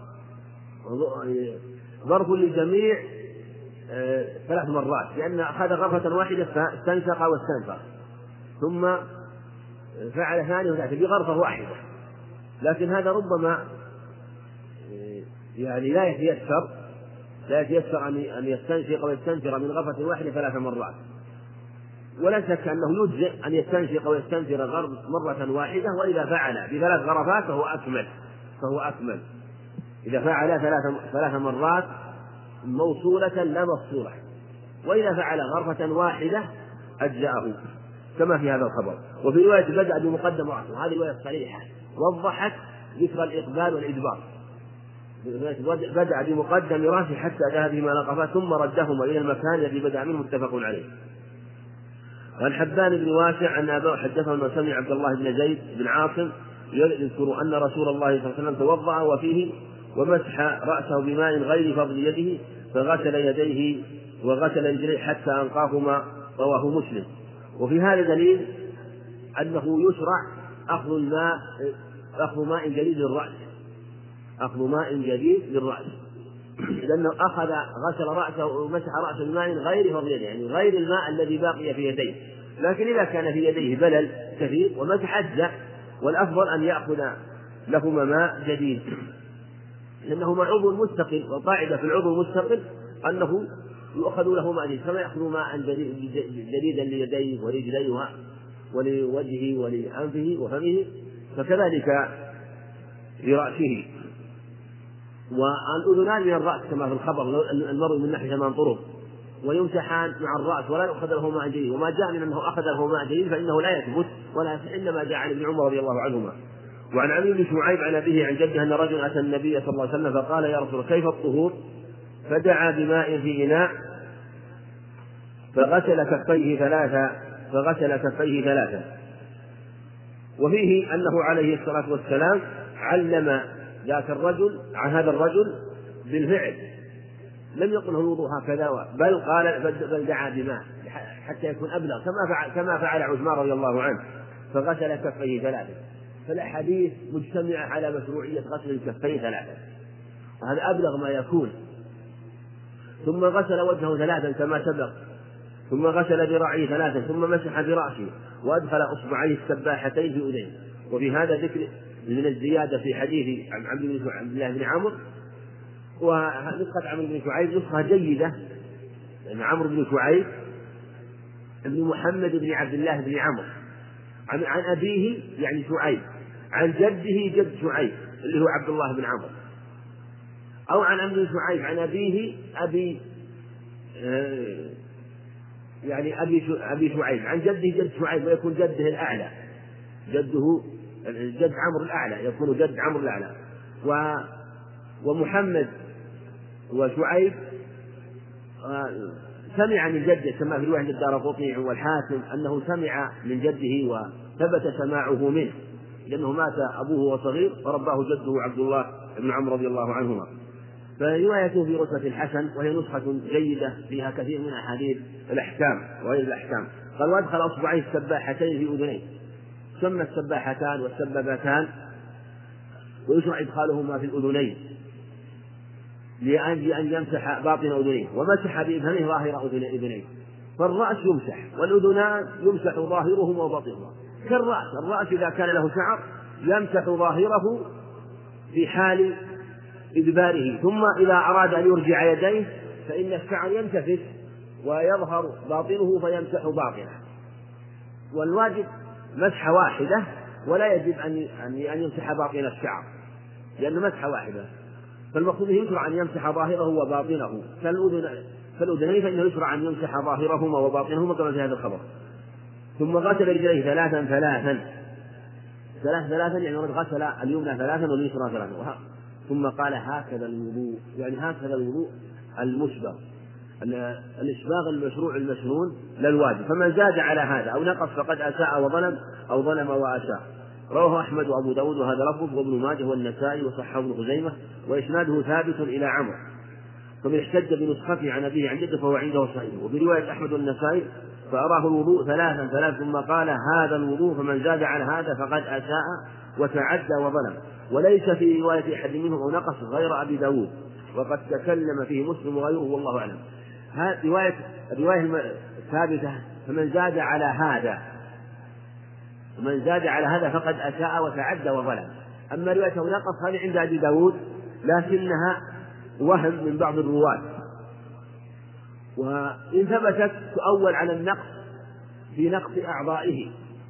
ظرف لجميع 3 مرات، لأن أخذ غرفة واحدة فاستنشق واستنثر ثم فعل ثانية وثالثة بغرفة واحدة، لكن هذا ربما يعني لا يتيسر أن يستنشق ويستنثر من غرفة واحدة 3 مرات، ولا شك أنه يجزئ أن يستنشق ويستنثر مرة واحدة، وإذا فعل ب3 غرفات فهو أكمل، إذا فعل 3 مرات موصولة لا مفصولة، وإذا فعل غرفة واحدة أجزأه كما في هذا الخبر. وفي رواية بدأ بمقدم رأسه، وهذه رواية صريحة وضحت ذكر الإقبال والإدبار، بدأ بمقدم رأسه حتى ذهب بما نقفه ثم ردهما إلى المكان الذي بدأ منه متفق عليه. وعن حبان بن واسع أن أباه حدثه أنه سمع عبد الله بن زيد بن عاصم يذكر أن رسول الله صلى الله عليه وسلم توضأ وفيه ومسح رأسه بماء غير فضل يده فغسل يديه وغسل رجليه حتى أنقاهما، رواه مسلم. وفي هذا دليل أنه يشرع أخذ ماء جديد للرأس، أخذ ماء جديد للرأس، لأنه غسل رأسه ومسح رأسه بماء غير فضيل، يعني غير الماء الذي باقي في يديه. لكن إذا كان في يديه بلل كثير ومسح أجزأ، والأفضل أن يأخذ لهما ماء جديد، لأنهما عضو مستقل، والقاعدة في العضو المستقل أنه يؤخذ له ماء جديد، كما يأخذ ماء جديدا ليديه ورجليه ولوجهه ولأنفه وفمه، فكذلك لرأسه. والأذنان من الرأس كما في الخبر، المرء من ناحية 8 طرق، ويمسحان مع الرأس ولا يؤخذ له ماء جديد. وما جاء من أنه أخذ له ماء جديد فإنه لا يثبت ولا يصح، إنما جاء عن ابن عمر رضي الله عنهما. وعن علي بن شعيب عن أبيه عن جده أن رجل أتى النبي صلى الله عليه وسلم فقال: يا رسول الله كيف الطهور؟ فدعا بماء في إناء فغسل كفيه ثلاثا. وفيه أنه عليه الصلاة والسلام علم ذاك الرجل عن هذا الرجل بالفعل، لم يقل الوضوء هكذا، بل دعا بماء حتى يكون أبلغ، كما فعل عثمان رضي الله عنه فغسل كفيه ثلاثا. فالأحاديث مجتمعة على مشروعية غسل الكفين ثلاثا، وهذا أبلغ ما يكون. ثم غسل وجهه ثلاثا كما سبق، ثم غسل ذراعيه ثلاثا، ثم مسح برأسه وأدخل أصبعيه السباحتين في أذنيه. وفي هذا ذكر من الزيادة في حديث عن عبد الله بن عمرو، ونسخة عمرو بن شعيب نسخة جيدة، لأن عمرو بن شعيب ابن محمد بن عبد الله بن عمرو عن أبيه يعني شعيب، عن جده جد شعيب اللي هو عبد الله بن عمرو، أو عن عمرو بن شعيب عن أبيه أبي شعيب عن جده جد شعيب، ويكون جده الأعلى، جد عمرو الأعلى، يكون جد عمرو الأعلى. ومحمد وشعيب سمع من جده كما في رواية الدارقطني والحاكم أنه سمع من جده وثبت سماعه منه، لأنه مات أبوه وهو صغير فرباه جده عبد الله بن عمرو رضي الله عنهما. فروايته في رتبة الحسن، وهي نسخة جيدة فيها كثير من أحاديث الأحكام وغير الأحكام. قال: وأدخل أصبعيه السباحتين في أذنيه. سمى السباحتان والسبابتان، ويشرع إدخالهما في الأذنين لأن يمسح باطن أذنيه، ومسح بإبهامه ظاهر أذنيه. فالرأس يمسح، والأذنان يمسح ظاهرهما وباطنهما كالرأس. الرأس إذا كان له شعر يمسح ظاهره في حال إدباره، ثم إذا أراد أن يرجع يديه فإن الشعر ينتفش ويظهر باطنه فيمسح باطنه. والواجب مسحة واحدة، ولا يجب أن يمسح باطن الشعر، لأنه مسحة واحدة. فالمقصود يشرع أن يمسح ظاهره وباطنه كالأذنين، فإنه يشرع أن يمسح ظاهرهما وباطنهما كما في هذا الخبر. ثم غسل رجليه ثلاثا يعني غسل اليمنى ثلاثا واليسرى ثلاثا. ثم قال: هكذا الوضوء، يعني هكذا الوضوء المشبع، الإسباغ المشروع المسنون للواجب. فمن زاد على هذا أو نقص فقد أساء وظلم أو ظلم وأساء. رواه أحمد وأبو داود وهذا لفظه، وابن ماجه والنسائي وصححه ابن خزيمة، وإسناده ثابت إلى عمرو. فمن احتج بنسخته عن أبيه عن جده فهو عنده صحيح. وبرواية أحمد والنسائي فأراه الوضوء ثلاثا ثم قال: هذا الوضوء، فمن زاد على هذا فقد أساء وتعدى وظلم. وليس في رواية أحد منهم أو نقص غير أبي داود، وقد تكلم فيه مسلم وغيره والله أعلم. الرواية الثابتة فمن زاد على هذا فقد أساء وتعدى وظلم. أما رواية نقص هذه عند أبي داود، لكنها وهم من بعض الرواة، وإن ثبتت تؤول على النقص في نقص أعضائه،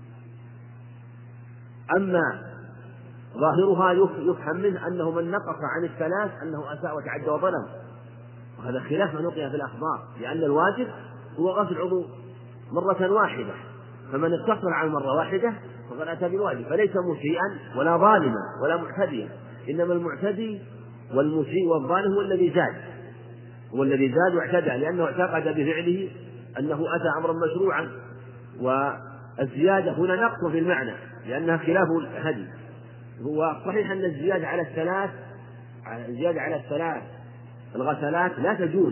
أما ظاهرها يفهم منه أنه من نقص عن الثلاث أنه أساء وتعدى وظلم، وهذا خلاف ما نقي في الأخبار، لأن الواجب هو غسل العضو مرة واحدة، فمن اقتصر على مرة واحدة فقد أتى بالواجب، فليس مسيئا ولا ظالما ولا معتديا، إنما المعتدي والمسيء والظالم هو الذي زاد واعتدى، لأنه اعتقد بفعله أنه أتى أمرا مشروعا. والزيادة هنا نقص في المعنى لأنها خلاف الهدي. هو صحيح أن الزيادة على الثلاث الغسلات لا تجوز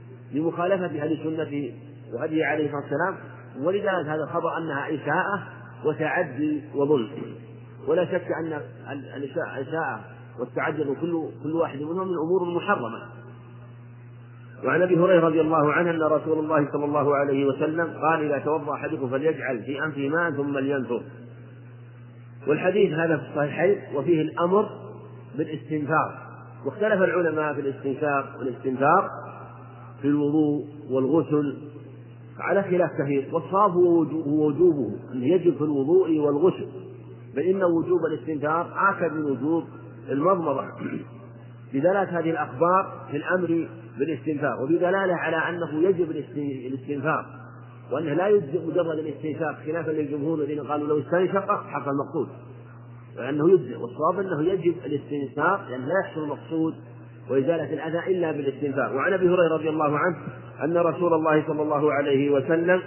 لمخالفة هذه السنة وهدي عليه الصلاة والسلام، ولذلك هذا الخبر أنها إساءة وتعدي وظلم. ولا شك أن الإساءة والتعدي كل واحد منهم من الأمور المحرمة. وعن أبي هريرة رضي الله عنه أن رسول الله صلى الله عليه وسلم قال: إذا توضأ أحدكم فليجعل في أنفه ماء ثم لينفخ. والحديث هذا في الصحيحين وفيه الأمر بالاستنثار. واختلف العلماء في والاستنثار في الوضوء والغسل على خلاف كثير، والصواب هو وجوبه، أن يجب في الوضوء والغسل، بل إن وجوب الاستنثار آكد من وجوب المضمضة بدلالة هذه الأخبار في الأمر بالاستنثار، وبدلالة على أنه يجب الاستنثار، وأنه لا يجب مجرد الاستنشاق خلافا للجمهور الذين قالوا لو استنشق حصل المقصود، وأنه يجزئ. والصواب أنه يجب الاستنثار لأن لا يحصل المقصود وإزالة الأذى إلا بالاستنثار. وعن أبي هريرة رضي الله عنه أن رسول الله صلى الله عليه وسلم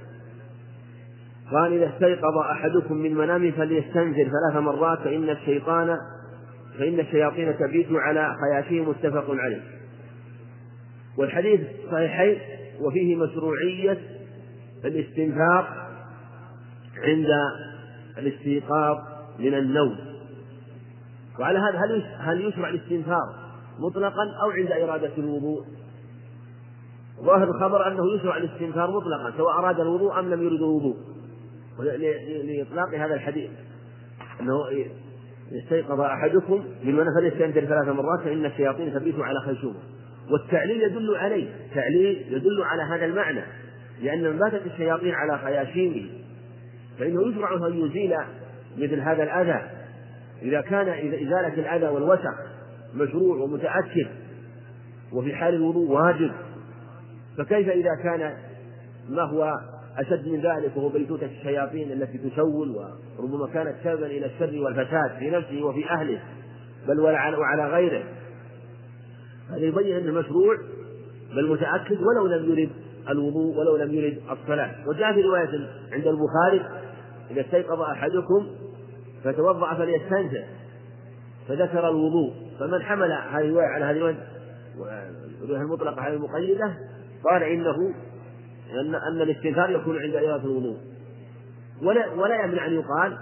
قال: إذا استيقظ أحدكم من منامه فليستنزل 3 مرات فإن الشياطين تبيت على خياشيم، متفق عليه. والحديث صحيحين وفيه مشروعية الاستنثار عند الاستيقاظ من النوم. وعلى هذا هل يشرع الاستنثار مطلقا أو عند إرادة الوضوء؟ ظاهر الخبر أنه يشرع الاستنثار مطلقا سواء أراد الوضوء أم لم يرد الوضوء، لإطلاق هذا الحديث أنه استيقظ أحدكم من منامه فليستنثر 3 مرات فإن الشياطين تبيت على خيشومه. والتعليل يدل عليه، تعليل يدل على هذا المعنى، لأن من باتت الشياطين على خياشيمه فإنه يشرع أن يزيل مثل هذا الأذى. إذا كان إزالة الأذى والوسخ مشروع ومتأكد وفي حال الوضوء واجب، فكيف إذا كان ما هو أشد من ذلك وهو بيتوتة الشياطين التي تسول وربما كانت سببا إلى الشر والفساد في نفسه وفي أهله بل وعلى غيره. هذا يبين أنه مشروع بل متأكد ولو لم يرد الوضوء ولو لم يرد الصلاة. وجاء في رواية عند البخاري: إذا استيقظ أحدكم فتوضأ فليستنثر، فذكر الوضوء. فمن حمل هذه الرواية على هذه الرواية المطلقة على المقيدة قال أن الاستنثار يكون عند إرادة الوضوء. ولا يمنع أن يقال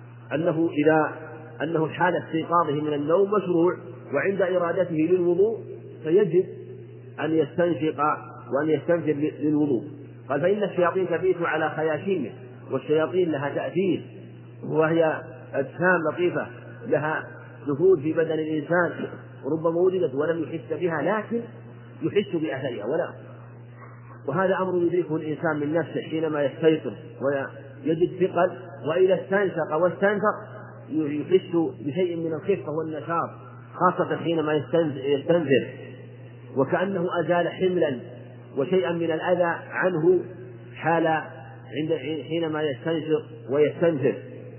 أنه حال استيقاظه من النوم مشروع، وعند إرادته للوضوء فيجب أن يستنشق وأن يستنثر للوضوء. قال: فإن الشياطين تبيت على خياشيمه. والشياطين لها تأثير، وهي أجسام لطيفة لها نفوذ في بدن الإنسان، وربما وجدت ولم يحس بها لكن يحس بأثرها وهذا أمر يدركه الإنسان من نفسه حينما يستيقظ ويجد ثقل، وإذا استنشق واستنثر يحس بشيء من الخفة والنشاط، خاصة حينما يستنزل، وكأنه أزال حملا وشيئا من الأذى عنه حينما يستنشق ويستنثر.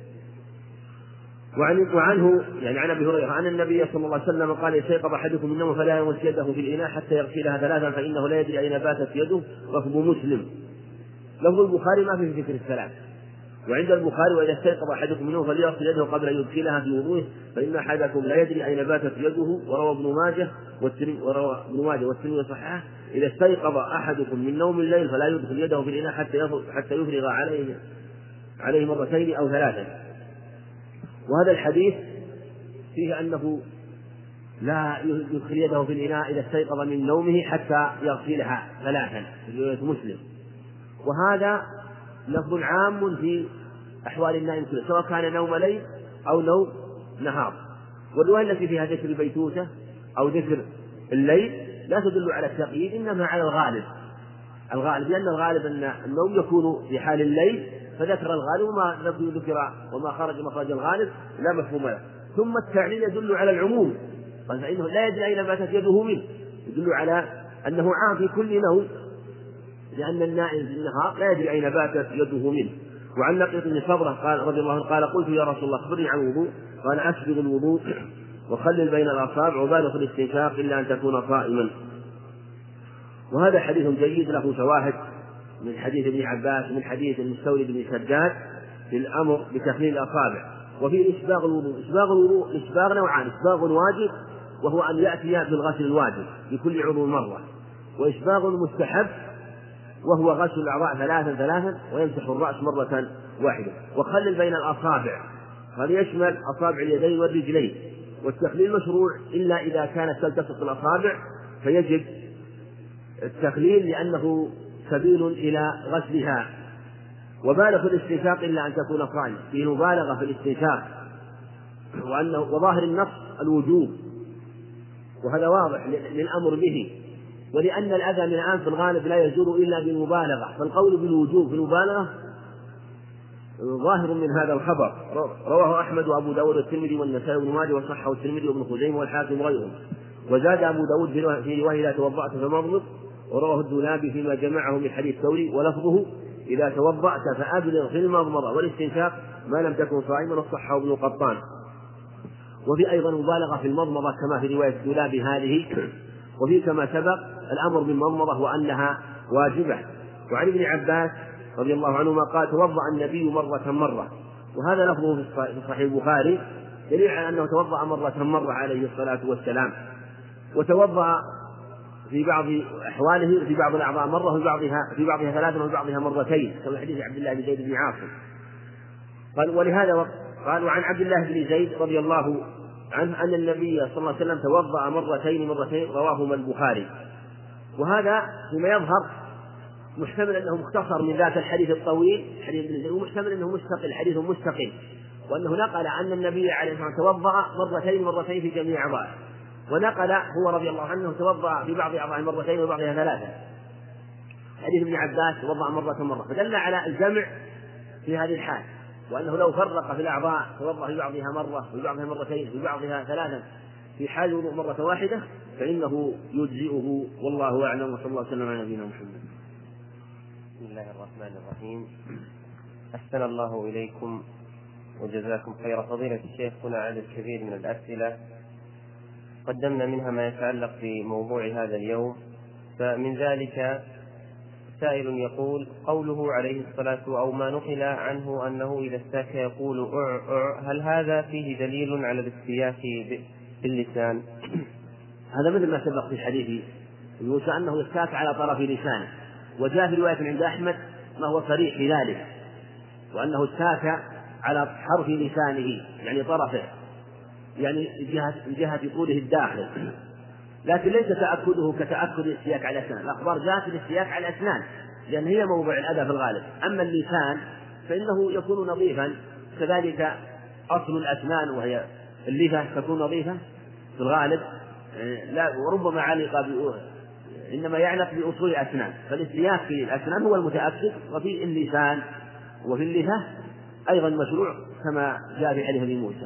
وعنه يعني عن أبي هريرة أن النبي صلى الله عليه وسلم قال: يستيقظ أحدكم من النوم فلا يمس يده في الإناء حتى يغسلها 3 فإنه لا يدري أين باتت يده. لفظ مسلم. لفظ البخاري ما فيه ذكر الثلاث. وعند البخاري: وإذا استيقظ أحدكم من النوم فليغسل يده قبل أن يدخلها في وضوءه فإن أحدكم لا يدري أين باتت يده. وروى ابن ماجه والترمذي صححه: إذا استيقظ أحدكم من نوم الليل فلا يدخل يده في الإناء حتى يفرغ عليه 2 أو 3. وهذا الحديث فيه أنه لا يدخل يده في الإناء إذا استيقظ من نومه حتى يغسلها 3 في رواية مسلم. وهذا لفظ عام في أحوال النائم كله سواء كان نوم ليل أو نوم نهار. والرواية التي فيها ذكر البيتوتة أو ذكر الليل لا تدل على التقييد، إنما على الغالب، لأن الغالب أن النوم يكون في حال الليل، فذكر الغالب وما ذكر وما خرج مخرج الغالب لا مفهوم له. ثم التعليل يدل على العموم، فإنه لا يدري أين باتت يده منه، يدل على أنه عام في كل نوم، لأن النائم في النهار لا يدري أين باتت يده منه. وعن لقيط بن صبرة قال رضي الله عنه قال: قلت يا رسول الله أخبرني عن الوضوء. قال: أسبغ الوضوء وخلل بين الأصابع وبالغ في الاستنشاق إلا أن تكون صائما. وهذا حديث جيد له شواهد من حديث ابن عباس ومن حديث المستورد بن شداد في الأمر بتخليل الأصابع. وفي إسباغ الوضوء إسباغ نوعان: إسباغ واجب وهو أن يأتي بالغسل الواجب لكل عضو مرة، وإسباغ مستحب وهو غسل الأعضاء 3 ويمسح الرأس واحدة. وخلل بين الأصابع، هذا يشمل أصابع اليدين والرجلين. والتخليل مشروع إلا إذا كانت تلتصق الأصابع فيجب التخليل لأنه سبيل إلى غسلها. وبالغ في الاستنشاق إلا أن تكون صائما، فيه مبالغة في الاستنشاق، وظاهر النص الوجوب، وهذا واضح للأمر به، ولأن الأذى من الآن في الغالب لا يزول إلا بالمبالغة، فالقول بالوجوب في المبالغة ظاهر من هذا الخبر. رواه أحمد وأبو داود والترمذي والنسائي وابن ماجه وصححه الترمذي وابن خزيمة والحاكم وغيرهم. وزاد أبو داود في رواية إذا توضأت فمضمض، ورواه الدولابي فيما جمعه من حديث ثوري ولفظه إذا توضأت فأبلغ في المضمضة والاستنشاق ما لم تكن صائما، وصححه ابن قطان. وفي أيضا مبالغة في المضمضة كما في رواية الدولابي هذه، وفي كما سبق الأمر بالمضمضة وأنها واجبة. وعن ابن عباس رضي الله عنهما قال توضأ النبي مرة، وهذا لفظه في صحيح البخاري دليل على أنه توضأ مرة عليه الصلاة والسلام. وتوضأ في بعض أحواله في بعض الأعضاء مرة في بعضها ثلاثة وفي بعضها مرتين، كما حديث عبد الله بن زيد بن عاصم. قال ولهذا قال وعن عبد الله بن زيد رضي الله عنه أن النبي صلى الله عليه وسلم توضأ مرتين رواهما البخاري. وهذا فيما يظهر محتمل أنه مختصر من ذات الحديث الطويل حديث ابن زيد، ومحتمل أنه مستقل حديث مستقل، وأنه نقل أن النبي عليه الصلاة والسلام توضأ مرتين في جميع أعضائه، ونقل هو رضي الله عنه توضأ في بعض أعضائه مرتين وبعضها ثلاثة. حديث ابن عباس توضأ مرة، فدل على الجمع في هذه الحال، وأنه لو فرق في الأعضاء توضأ في بعضها مرة وفي بعضها مرتين وفي بعضها ثلاثة في حال الوضوء مرة واحدة فإنه يجزئه، والله أعلم، وصلى الله وسلم على نبينا محمد.
بسم الله الرحمن الرحيم. أحسن الله إليكم وجزاكم خير. فضيلة الشيخ، هنا عدد كبير من الأسئلة قدمنا منها ما يتعلق بموضوع هذا اليوم، فمن ذلك سائل يقول قوله عليه الصلاة أو ما نقل عنه أنه إذا استاك يقول هل هذا فيه دليل على الاستياك باللسان؟
هذا مثل ما سبق في حديث موسى أنه استاك على طرف لسانه، وجاء في رواية عند أحمد ما هو صريح في ذلك، وأنه استاك على حرف لسانه يعني طرفه، يعني من جهة طوله الداخل، لكن ليس تأكده كتأكد الاستياك على الأسنان. الأخبار جاءت الاستياك على الأسنان لأن هي موضع الأذى في الغالب، أما اللسان فإنه يكون نظيفا، كذلك أصل الأسنان وهي اللثة تكون نظيفة في الغالب، لا وربما علق إنما يعلق بأصول الأسنان، فالاستياك في الأسنان هو المتأكد، وفي اللسان وفي اللثة أيضا مشروع كما جاء في حديث أبي موسى.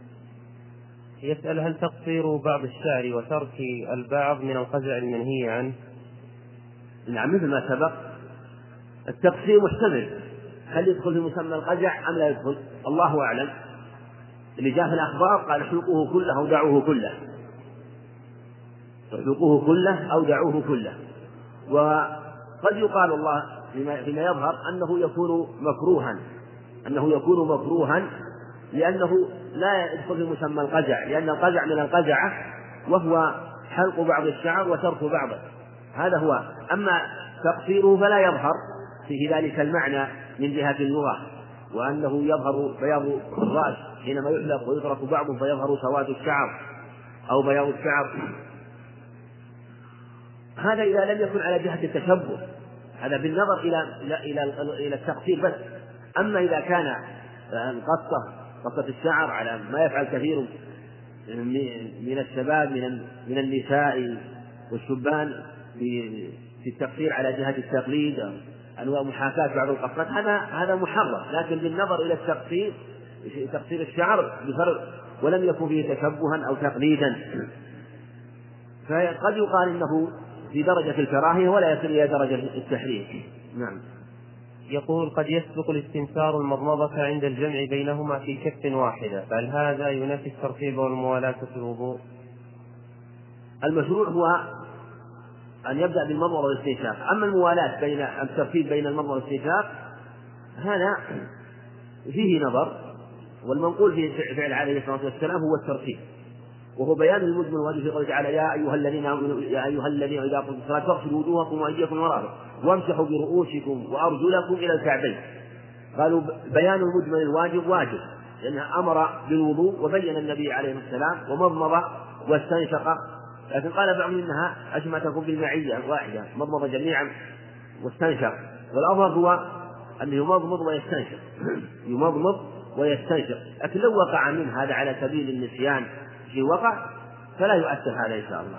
يسأل هل تقصير بعض الشعر وترك البعض من القزع المنهي عنه؟
نعم، مثل ما سبق التقصير محتمل، هل يدخل في مسمى القزع أم لا يدخل؟ الله أعلم. اللي جاء في الأخبار قال احلقوه كله أو دعوه كله، احلقوه كله أو دعوه كله. وقد يقال الله فيما يظهر أنه يكون مكروها لأنه لا يدخل في مسمى القزع، لأن القزع من القزعة وهو حلق بعض الشعر وترك بعضه، هذا هو. أما تقصيره فلا يظهر في ذلك المعنى من جهة اللغة، وأنه يظهر بياض الرأس حينما يحلق ويترك بعضه فيظهر سواد الشعر أو بياض الشعر، هذا إذا لم يكن على جهة التشبه، هذا بالنظر إلى التقصير بس. أما إذا كان قصة الشعر على ما يفعل كثير من الشباب من النساء والشبان في التقصير على جهة التقليد أنواع محاكاة بعض القصات، هذا محرم، لكن بالنظر إلى تقصير الشعر بفرق ولم يكن فيه تشبها أو تقليدا، فقد يقال إنه في درجة الكراهية ولا يصل إلى درجة التحريم. نعم.
يقول قد يسبق الاستنثار المضمضة عند الجمع بينهما في كف واحدة، فهل هذا ينافي الترتيب والموالاة في الوضوء؟
المشروع هو أن يبدأ بالمضمضة والاستنشاق، أما الموالاة بين الترتيب بين المضمضة والاستنشاق هذا فيه نظر، والمنقول في فعل عليه الصلاة والسلام هو الترتيب، وهو بيان المجمل الواجب في قوله تعالى يا أيها الذين إذا قمتم الصلاة فاغسلوا وجوهكم وأيديكم وأرجلكم وامسحوا برؤوسكم وأرجلكم إلى الكعبين. قالوا بيان المجمل الواجب واجب، لأنه أمر بالوضوء وبين النبي عليه السلام ومضمض واستنشق، لكن قال بعضهم إنها أشبه تكون بالمعية واحدة، مضمض جميعا واستنشق، والأظهر هو أنه يمضمض ويستنشق يمضمض ويستنشق، لكن لو وقع من هذا على سبيل النسيان في وقع فلا يؤثر هذا إن شاء الله.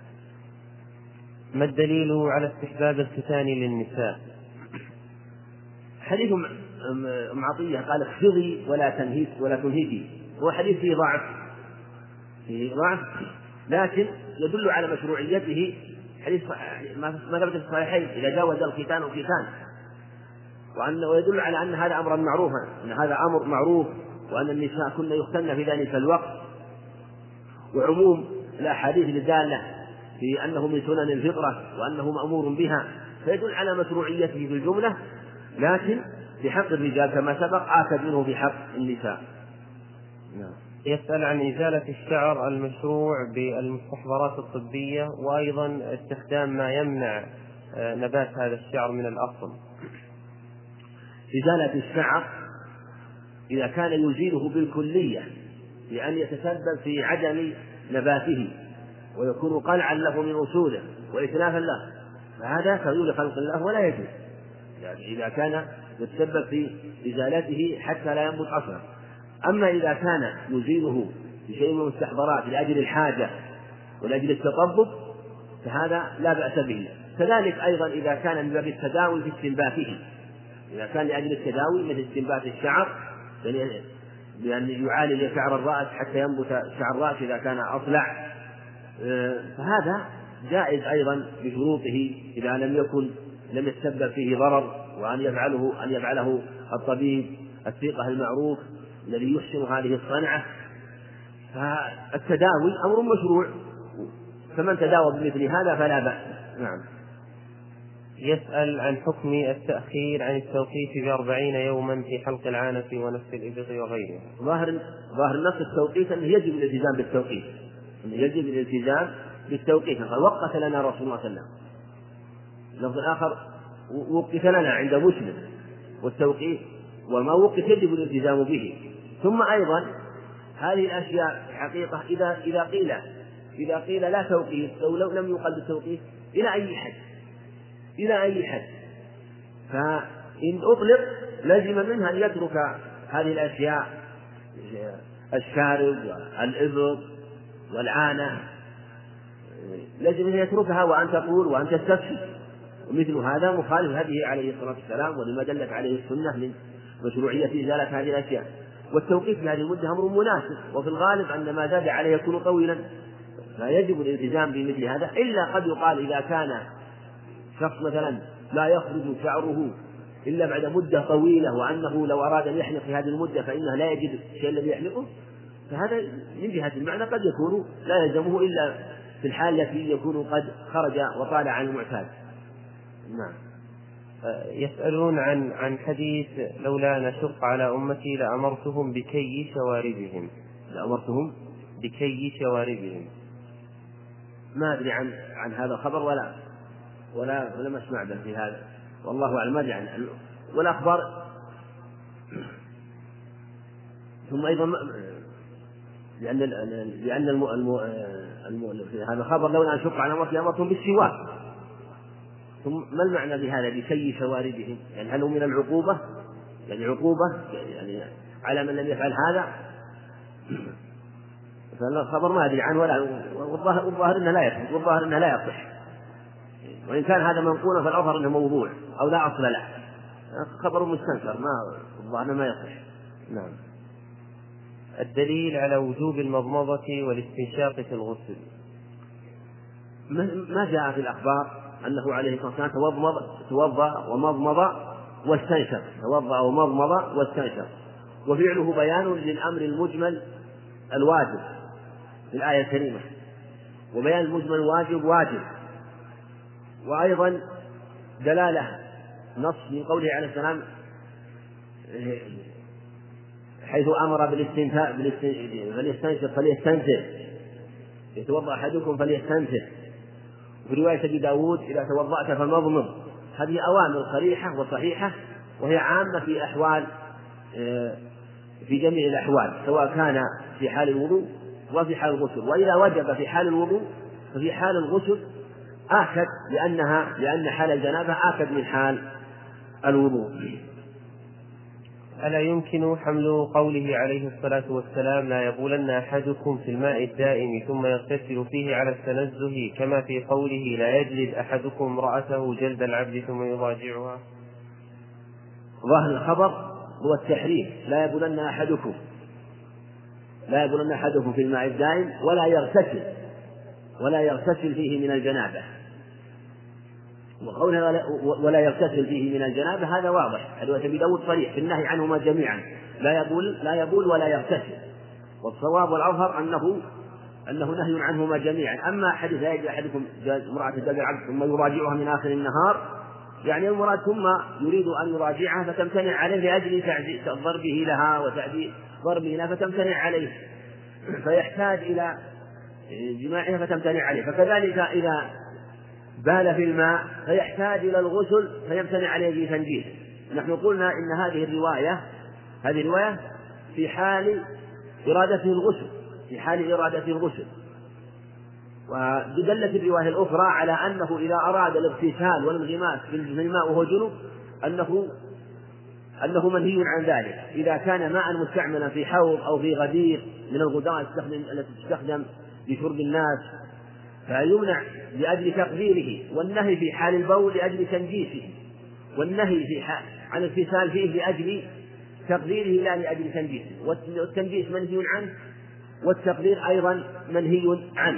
ما الدليل على استحباب الختان للنساء؟
حديث أم عطية قال اخفضي ولا تنهكي، هو حديث فيه ضعف لكن يدل على مشروعيته، حديث ما ثبت في الصحيحين إذا جاوز الختان ختان، ويدل على أن هذا أمرا معروفا، أن هذا أمر معروف، وأن النساء كن يختن في ذلك الوقت، وعموم الأحاديث الدالة في أنه من سنن الفطرة وأنه مأمور بها، فيدل على مشروعيته في الجملة، لكن في حق الرجال كما سبق آكد منه في حق النساء.
يسأل عن إزالة الشعر المشروع بالمستحضرات الطبية، وأيضا استخدام ما يمنع نبات هذا الشعر من الأصل.
إزالة الشعر إذا كان يزيله بالكلية لأن يتسبب في عدم نباته ويكون قلعا له من أصوله وإتلافا له، فهذا تغيير خلق الله ولا يجوز، يعني إذا كان يتسبب في إزالته حتى لا ينبت أصلا. أما إذا كان يزيله بشيء من المستحضرات لأجل الحاجة ولأجل التطبب فهذا لا بأس به. كذلك أيضا إذا كان من باب التداوي في استنباته، إذا كان لأجل التداوي مثل استنبات الشعر بأن يعالج شعر الرأس حتى ينبت شعر الرأس إذا كان أصلع، فهذا جائز أيضا بشروطه إذا لم يتسبب فيه ضرر، وأن يفعله الطبيب الثقة المعروف الذي يحسن هذه الصنعة، فالتداوي أمر مشروع، فمن تداوى بمثل هذا فلا بأس. نعم.
يسأل عن حكم التأخير عن التوقيت ب40 يوما في حلق العانة ونفس الإبط وغيرها.
ظاهر النص التوقيت أنه يجب الالتزام بالتوقيت، قال وقت لنا رسول الله صلى الله عليه وسلم. اللفظ الآخر وقت لنا عند مسلم، والتوقيت وما وقت يجب الالتزام به. ثم أيضا هذه الأشياء حقيقة إذا قيل لا توقيت أو لو لم يقل بالتوقيت إلى أي حد، فإن أطلق لزم منها أن يترك هذه الأشياء الشارب والإبط والعانة، لازم أن يتركها وأن تقول وأن تستفسر، ومثل هذا مخالف هذه عليه الصلاة والسلام ولما دلت عليه السنة من مشروعية إزالة هذه الأشياء. والتوقيت في هذه المدة أمر مناسب، وفي الغالب أن ما زاد عليه يكون طويلا، لا يجب الالتزام بمثل هذا، إلا قد يقال إذا كان شخص مثلا لا يخرج شعره إلا بعد مدة طويلة، وأنه لو أراد أن يحلق في هذه المدة فإنه لا يجد الشيء الذي يحلقه، فهذا من جهة المعنى قد يكون لا يلزمه إلا في الحال التي يكون قد خرج وطال عن المعتاد. نعم.
يسألون عن حديث لولا نشق على أمتي لأمرتهم بكي شواربهم.
ما أدري عن هذا الخبر ولا أسمع به في هذا، والله أعلم. ما أدري عنه والأخبار. ثم أيضا لأن في هذا الخبر لولا نشق على أمتي لأمرتهم بالسواك، ثم ما المعنى بهذا بكي شواربهم؟ يعني هل هو من العقوبة؟ يعني عقوبة يعني على من لم يفعل هذا؟ فالخبر ما أدري عنه والظاهر أنه لا يصح، وإن كان هذا منقولا فالأظهر أنه موضوع أو لا أصل له، خبر مستنكر الظاهر ما يصح. نعم.
الدليل على وجوب المضمضة والاستنشاق في الغسل.
ما جاء في الأخبار أنه عليه الصلاة والسلام توضأ ومضمض واستنشق، وفعله بيان للأمر المجمل الواجب في الآية الكريمة، وبيان المجمل الواجب واجب، وأيضا دلالة نص من قوله عليه السلام حيث أمر فليستنشق فليستنشق، يتوضأ أحدكم فليستنشق. وفي رواية أبي داود إذا توضأت فمضمض. هذه أوامر صريحة وصحيحة وهي عامة في أحوال في جميع الأحوال، سواء كان في حال الوضوء وفي حال الغسل. وإذا وجب في حال الوضوء ففي حال الغسل آكد، لأن حال الجنابة آكد من حال الوضوء.
ألا يمكن حمل قوله عليه الصلاة والسلام لا يبولن أحدكم في الماء الدائم ثم يغتسل فيه على التنزه، كما في قوله لا يجلد أحدكم امرأته جلد العبد ثم يضاجعها؟
ظاهر الخبر هو التحريم، لا يبولن أحدكم في الماء الدائم ولا يغتسل فيه من الجنابة. وقولنا ولا يغتسل فيه من الجنابة هذا واضح، حديث أبي داود صريح في النهي عنهما جميعا، لا يبول ولا يغتسل. والصواب والأظهر أنه نهي عنهما جميعا. أما حديث لا يجد أحدكم امرأة جلد العبد ثم يراجعها من آخر النهار، يعني المراد ثم يريد أن يراجعها فتمتنع عليه لأجل ضربه لها وتعديل ضربه لها فتمتنع عليه، فيحتاج إلى جماعها فتمتنع عليه. فكذلك إذا بال في الماء فيحتاج إلى الغسل فيمتنع عليه بتنجيس. نحن قلنا إن هذه الرواية في حال إرادته الغسل، ودلت الرواية الأخرى على أنه إذا أراد الاغتسال والانغماس في الماء وهو جنب أنه منهي عن ذلك. إذا كان ماء مستعملا في حوض أو في غدير من الغداء التي تستخدم لشرب الناس فيمنع لأجل تقديره، والنهي في حال البول لأجل تنجيسه، والنهي عن الاغتسال فيه لأجل تقديره لا لأجل تنجيسه، والتنجيس منهي عنه والتقدير أيضا منهي عنه.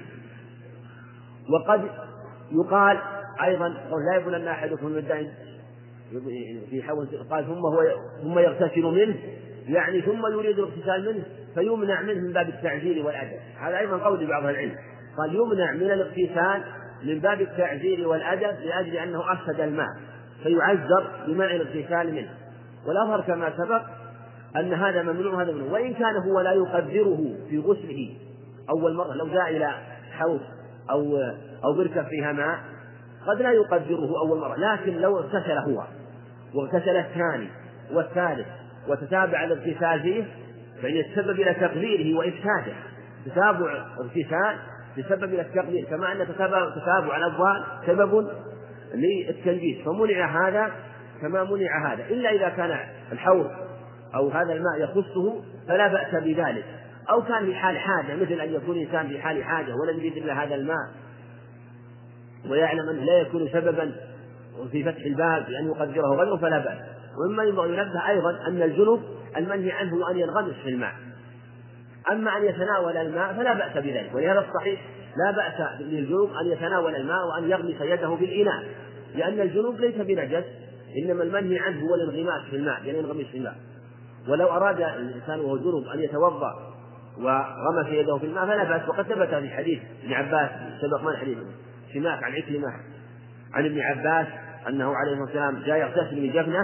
وقد يقال أيضا لا يبولن أحدكم من الدائم في حوض قال ثم يغتسل منه، يعني ثم يريد الاغتسال منه فيمنع منه من باب التعزير والأدب. هذا أيضا قول لبعض العلم، قال يمنع من الاغتسال من باب التعزير والأدب لأجل أنه أفسد الماء فيعذر بمنع الاغتسال منه. والأظهر كما سبق أن هذا ممنوع هذا ممنوع، وإن كان هو لا يقدره في غسله أول مرة، لو جاء إلى حوض أو بركة فيها ماء قد لا يقدره أول مرة، لكن لو اغتسل هو واغتسل الثاني والثالث وتتابع الاغتسال فيه فإن يتسبب إلى تقديره وإفساده. تتابع اغتسال يتسبب إلى التقدير، كما أن تتابع الأبوال سبب للتنجيس، فمنع هذا كما منع هذا، إلا إذا كان الحوض أو هذا الماء يخصه فلا بأس بذلك، أو كان في حال حاجة، مثل أن يكون إنسان في حال حاجة ولم يجد إلا هذا الماء ويعلم أنه لا يكون سببا في فتح الباب لأن يقدره غيره فلا بأس. ومما ينبه أيضا أن الجنب المنهي عنه أن ينغمس في الماء، أما أن يتناول الماء فلا بأس بذلك، ولهذا الصحيح لا بأس للجنب أن يتناول الماء وأن يغمس يده في الإناء، لأن الجنب ليس بنجس، إنما المنهي عنه هو الانغماس في الماء، يعني ينغمس في الماء. ولو أراد الإنسان وهو جنب أن يتوضأ وغمس يده في الماء فلا بأس. وقد ثبت في حديث ابن عباس سبق ما الحديث سماك عن عكرمة عن ابن عباس أنه عليه الصلاة والسلام جاء يغتسل من جفنة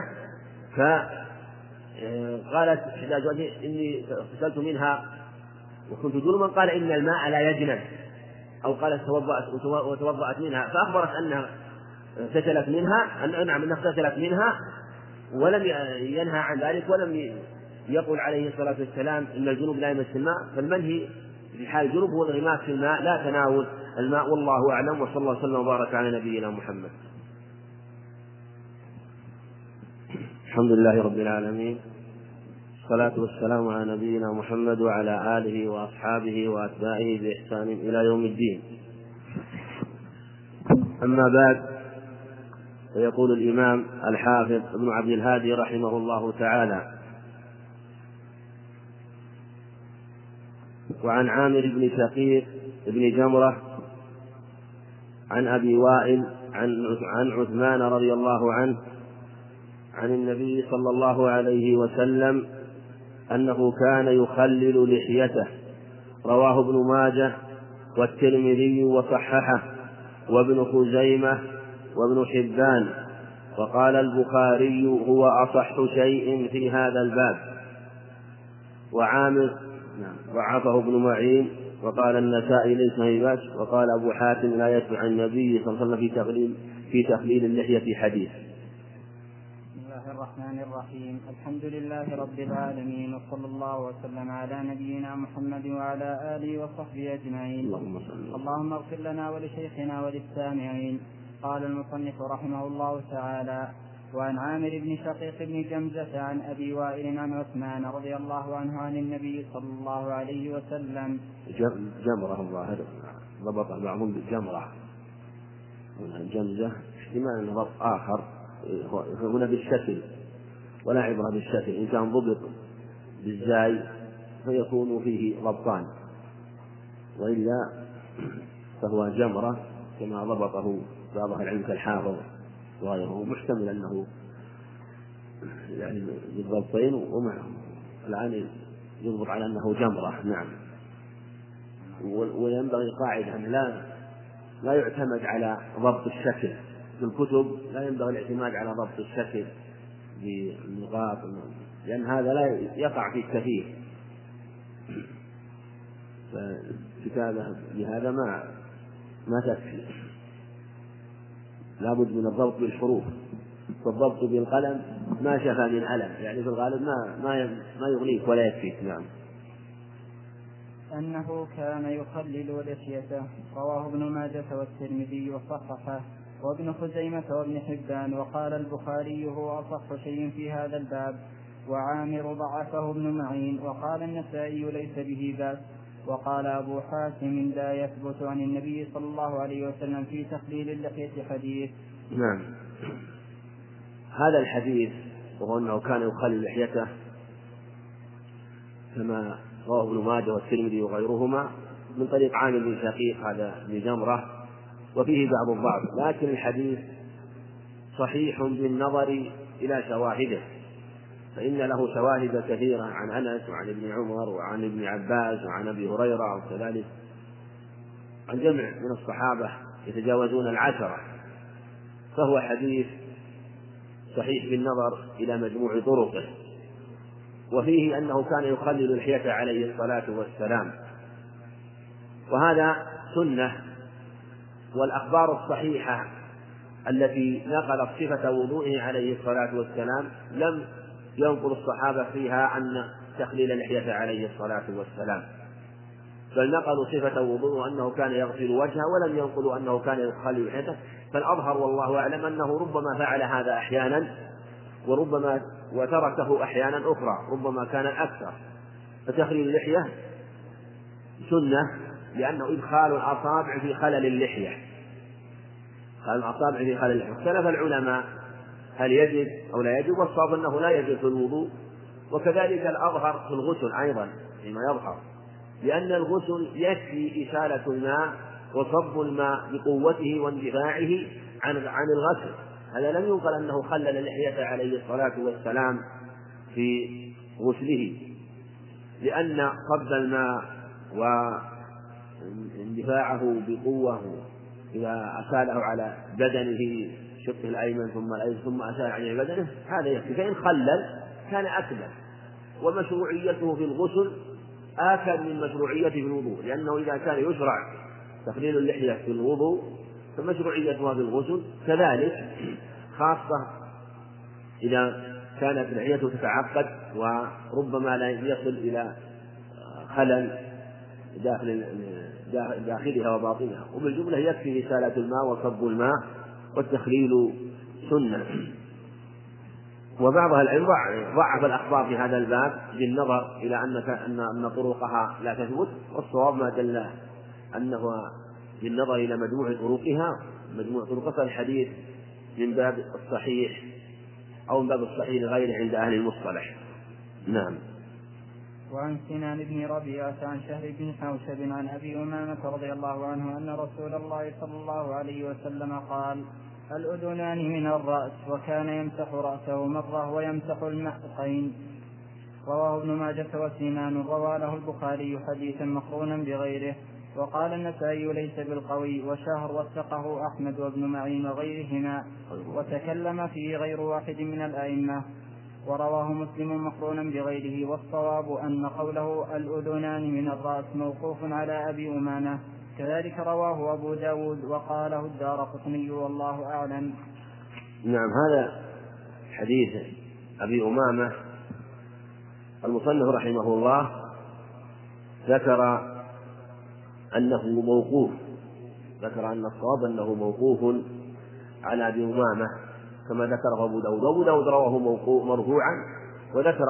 فقالت إحدى أزواجه إني اغتسلت منها وكنت جنبا، قال إن الماء لا يجنب، أو قالت وتوضأت منها، فأخبرت أنها اغتسلت منها، أنها اغتسلت منها ولم ينهى عن ذلك، ولم يقول عليه الصلاة والسلام إن الجنوب لا يمس الماء. فالمنهي في حال الجنوب هو الانغماس في الماء لا تناول الماء، والله أعلم، وصلى الله وسلم وبارك على نبينا محمد.
الحمد لله رب العالمين، الصلاة والسلام على نبينا محمد وعلى آله وأصحابه وأتباعه بإحسان إلى يوم الدين. أما بعد، فيقول الإمام الحافظ ابن عبد الهادي رحمه الله تعالى: وعن عامر بن شقيق بن جمرة عن أبي وائل عن عثمان رضي الله عنه عن النبي صلى الله عليه وسلم أنه كان يخلل لحيته، رواه ابن ماجه والترمذي وصححه وابن خزيمة وابن حبان، وقال البخاري هو أصح شيء في هذا الباب. وعامر ضعفه ابن معين، وقال النسائي ليس بأس، وقال أبو حاتم لا يتبع عن النبي صلى الله عليه وسلم في تخليل اللحية حديث.
بسم الله
الرحمن الرحيم. الحمد لله رب العالمين، وصلى الله وسلم على نبينا محمد وعلى آله وصحبه أجمعين. اللهم اغفر لنا ولشيخنا وللسامعين. قال المصنف رحمه الله تعالى: وعن عامر بن شقيق بن جمزة عن أبي وائل عن عثمان رضي الله عنه عن النبي صلى الله عليه وسلم.
جمرة الظاهر ضبط بعضهم بالجمرة، الجمزة احتمال ضبط آخر هنا بالشكل، ولا عبرة بالشكل. إن كان ضبط بالزاي فيكون فيه ضبطان، وإلا فهو جمرة كما ضبطه بعض العلم كالحافظ وغيره، محتمل أنه يعني بالضبطين ومعه الآن يضبط على أنه جمرة. نعم. وينبغي قاعدة أن لا يعتمد على ضبط الشكل في الكتب، لا ينبغي الاعتماد على ضبط الشكل بالنقاط، لأن هذا لا يقع فيه كثير، فالكتابة بهذا ما تكفي، لا بد من الضبط بالحروف، والضبط بالقلم ما شفى من ألم، يعني في الغالب ما يغنيك ولا يكفيك. نعم.
أنه كان يخلل لحيته. رواه ابن ماجة والترمذي وصححه وابن خزيمة وابن حبان، وقال البخاري هو أصح شيء في هذا الباب. وعامر ضعفه ابن معين، وقال النسائي ليس به بأس. وقال أبو حاتم لا يثبت عن النبي صلى الله عليه وسلم في تخليل اللحية حديث.
نعم. هذا الحديث وهو أنه كان يخلل لحيته كما رواه ابن ماجه والترمذي وغيرهما من طريق عامر بن شقيق هذا بن جمرة، وفيه بعض الضعف، لكن الحديث صحيح بالنظر إلى شواهده، فإن له شواهد كثيرة عن أنس وعن ابن عمر وعن ابن عباس وعن أبي هريرة وكذلك عن جمع من الصحابة يتجاوزون 10، فهو حديث صحيح بالنظر إلى مجموع طرقه. وفيه أنه كان يخلل اللحية عليه الصلاة والسلام، وهذا سنة. والأخبار الصحيحة التي نقلت صفة وضوئه عليه الصلاة والسلام لم ينقل الصحابة فيها أن تخليل اللحية عليه الصلاة والسلام، بل نقلوا صفة وضوءه أنه كان يغسل وجهه، ولم ينقلوا أنه كان يخلل لحيته. فالأظهر والله أعلم أنه ربما فعل هذا أحيانا وربما وتركه أحيانا أخرى، ربما كان أكثر. فتخليل اللحية سنة، لأنه إدخال الأصابع في خلل اللحية، خلل الأصابع في خلل اللحية. اختلف العلماء هل يجب أو لا يجب، والصواب أنه لا يجب في الوضوء. وكذلك الأظهر في الغسل أيضا فيما يظهر، لأن الغسل يكفي إزالة الماء وصب الماء بقوته واندفاعه عن الغسل. هذا لم ينقل أنه خلل اللحية عليه الصلاة والسلام في غسله، لأن صب الماء واندفاعه بقوة إذا أساله على بدنه شقه الأيمن ثم الأيسر ثم أسال عليه بدنه هذا يكفي. فإن خلل كان أكمل، ومشروعيته في الغسل آكد من مشروعيته في الوضوء، لأنه إذا كان يشرع تخليل اللحية في الوضوء فمشروعيتها في الغسل كذلك، خاصة إذا كانت اللحية تتعقد وربما لا يصل إلى خلل داخلها وباطنها. وبالجملة يكفي إزالة الماء وصب الماء، والتخليل سنة. وبعض العلم ضعف الأخبار في هذا الباب بالنظر إلى أن طرقها لا تثبت، والصواب ما دل أنه بالنظر إلى مجموع طرقها، مجموع طرقها الحديث من باب الصحيح أو من باب الصحيح لغيره عند أهل المصطلح. نعم.
وعن سنان بن ربيعة عن شهر بن حوشب عن أبي أمامة رضي الله عنه أن رسول الله صلى الله عليه وسلم قال: الأذنان من الرأس، وكان يمسح رأسه مرة ويمسح المحقين. رواه ابن ماجة وسنان، روى له البخاري حديثا مقرونا بغيره. وقال النسائي ليس بالقوي، وشهر وثقه أحمد وابن معين وغيرهما، وتكلم فيه غير واحد من الأئمة. ورواه مسلم مقرونا بغيره، والصواب أن قوله الأذنان من الرأس موقوف على أبي أمامة، كذلك رواه أبو داود وقاله الدارقطني والله أعلم.
نعم. هذا حديث أبي أمامة المصنف رحمه الله ذكر أنه موقوف، ذكر أن الصواب أنه موقوف على أبي أمامة كما ذكره أبو داود، وأبو داود رواه مرفوعا، وذكر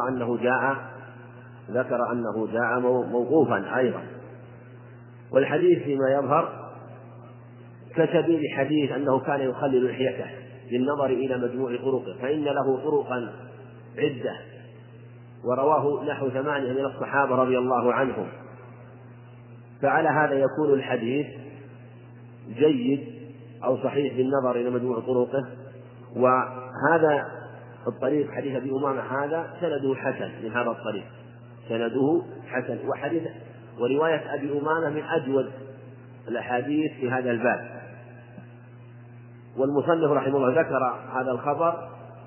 أنه جاء موقوفا أيضا. والحديث فيما يظهر كسبيل حديث أنه كان يخلل لحيته بالنظر إلى مجموع طرقه، فإن له طرقا عدة، ورواه نحو 8 من الصحابة رضي الله عنهم، فعلى هذا يكون الحديث جيد أو صحيح بالنظر إلى مجموع طرقه. وهذا الطريق حديث أبي أمامة هذا سنده حسن، من هذا الطريق سنده حسن، ورواية أبي أمامة من أجود الأحاديث في هذا الباب. والمصنف رحمه الله ذكر هذا الخبر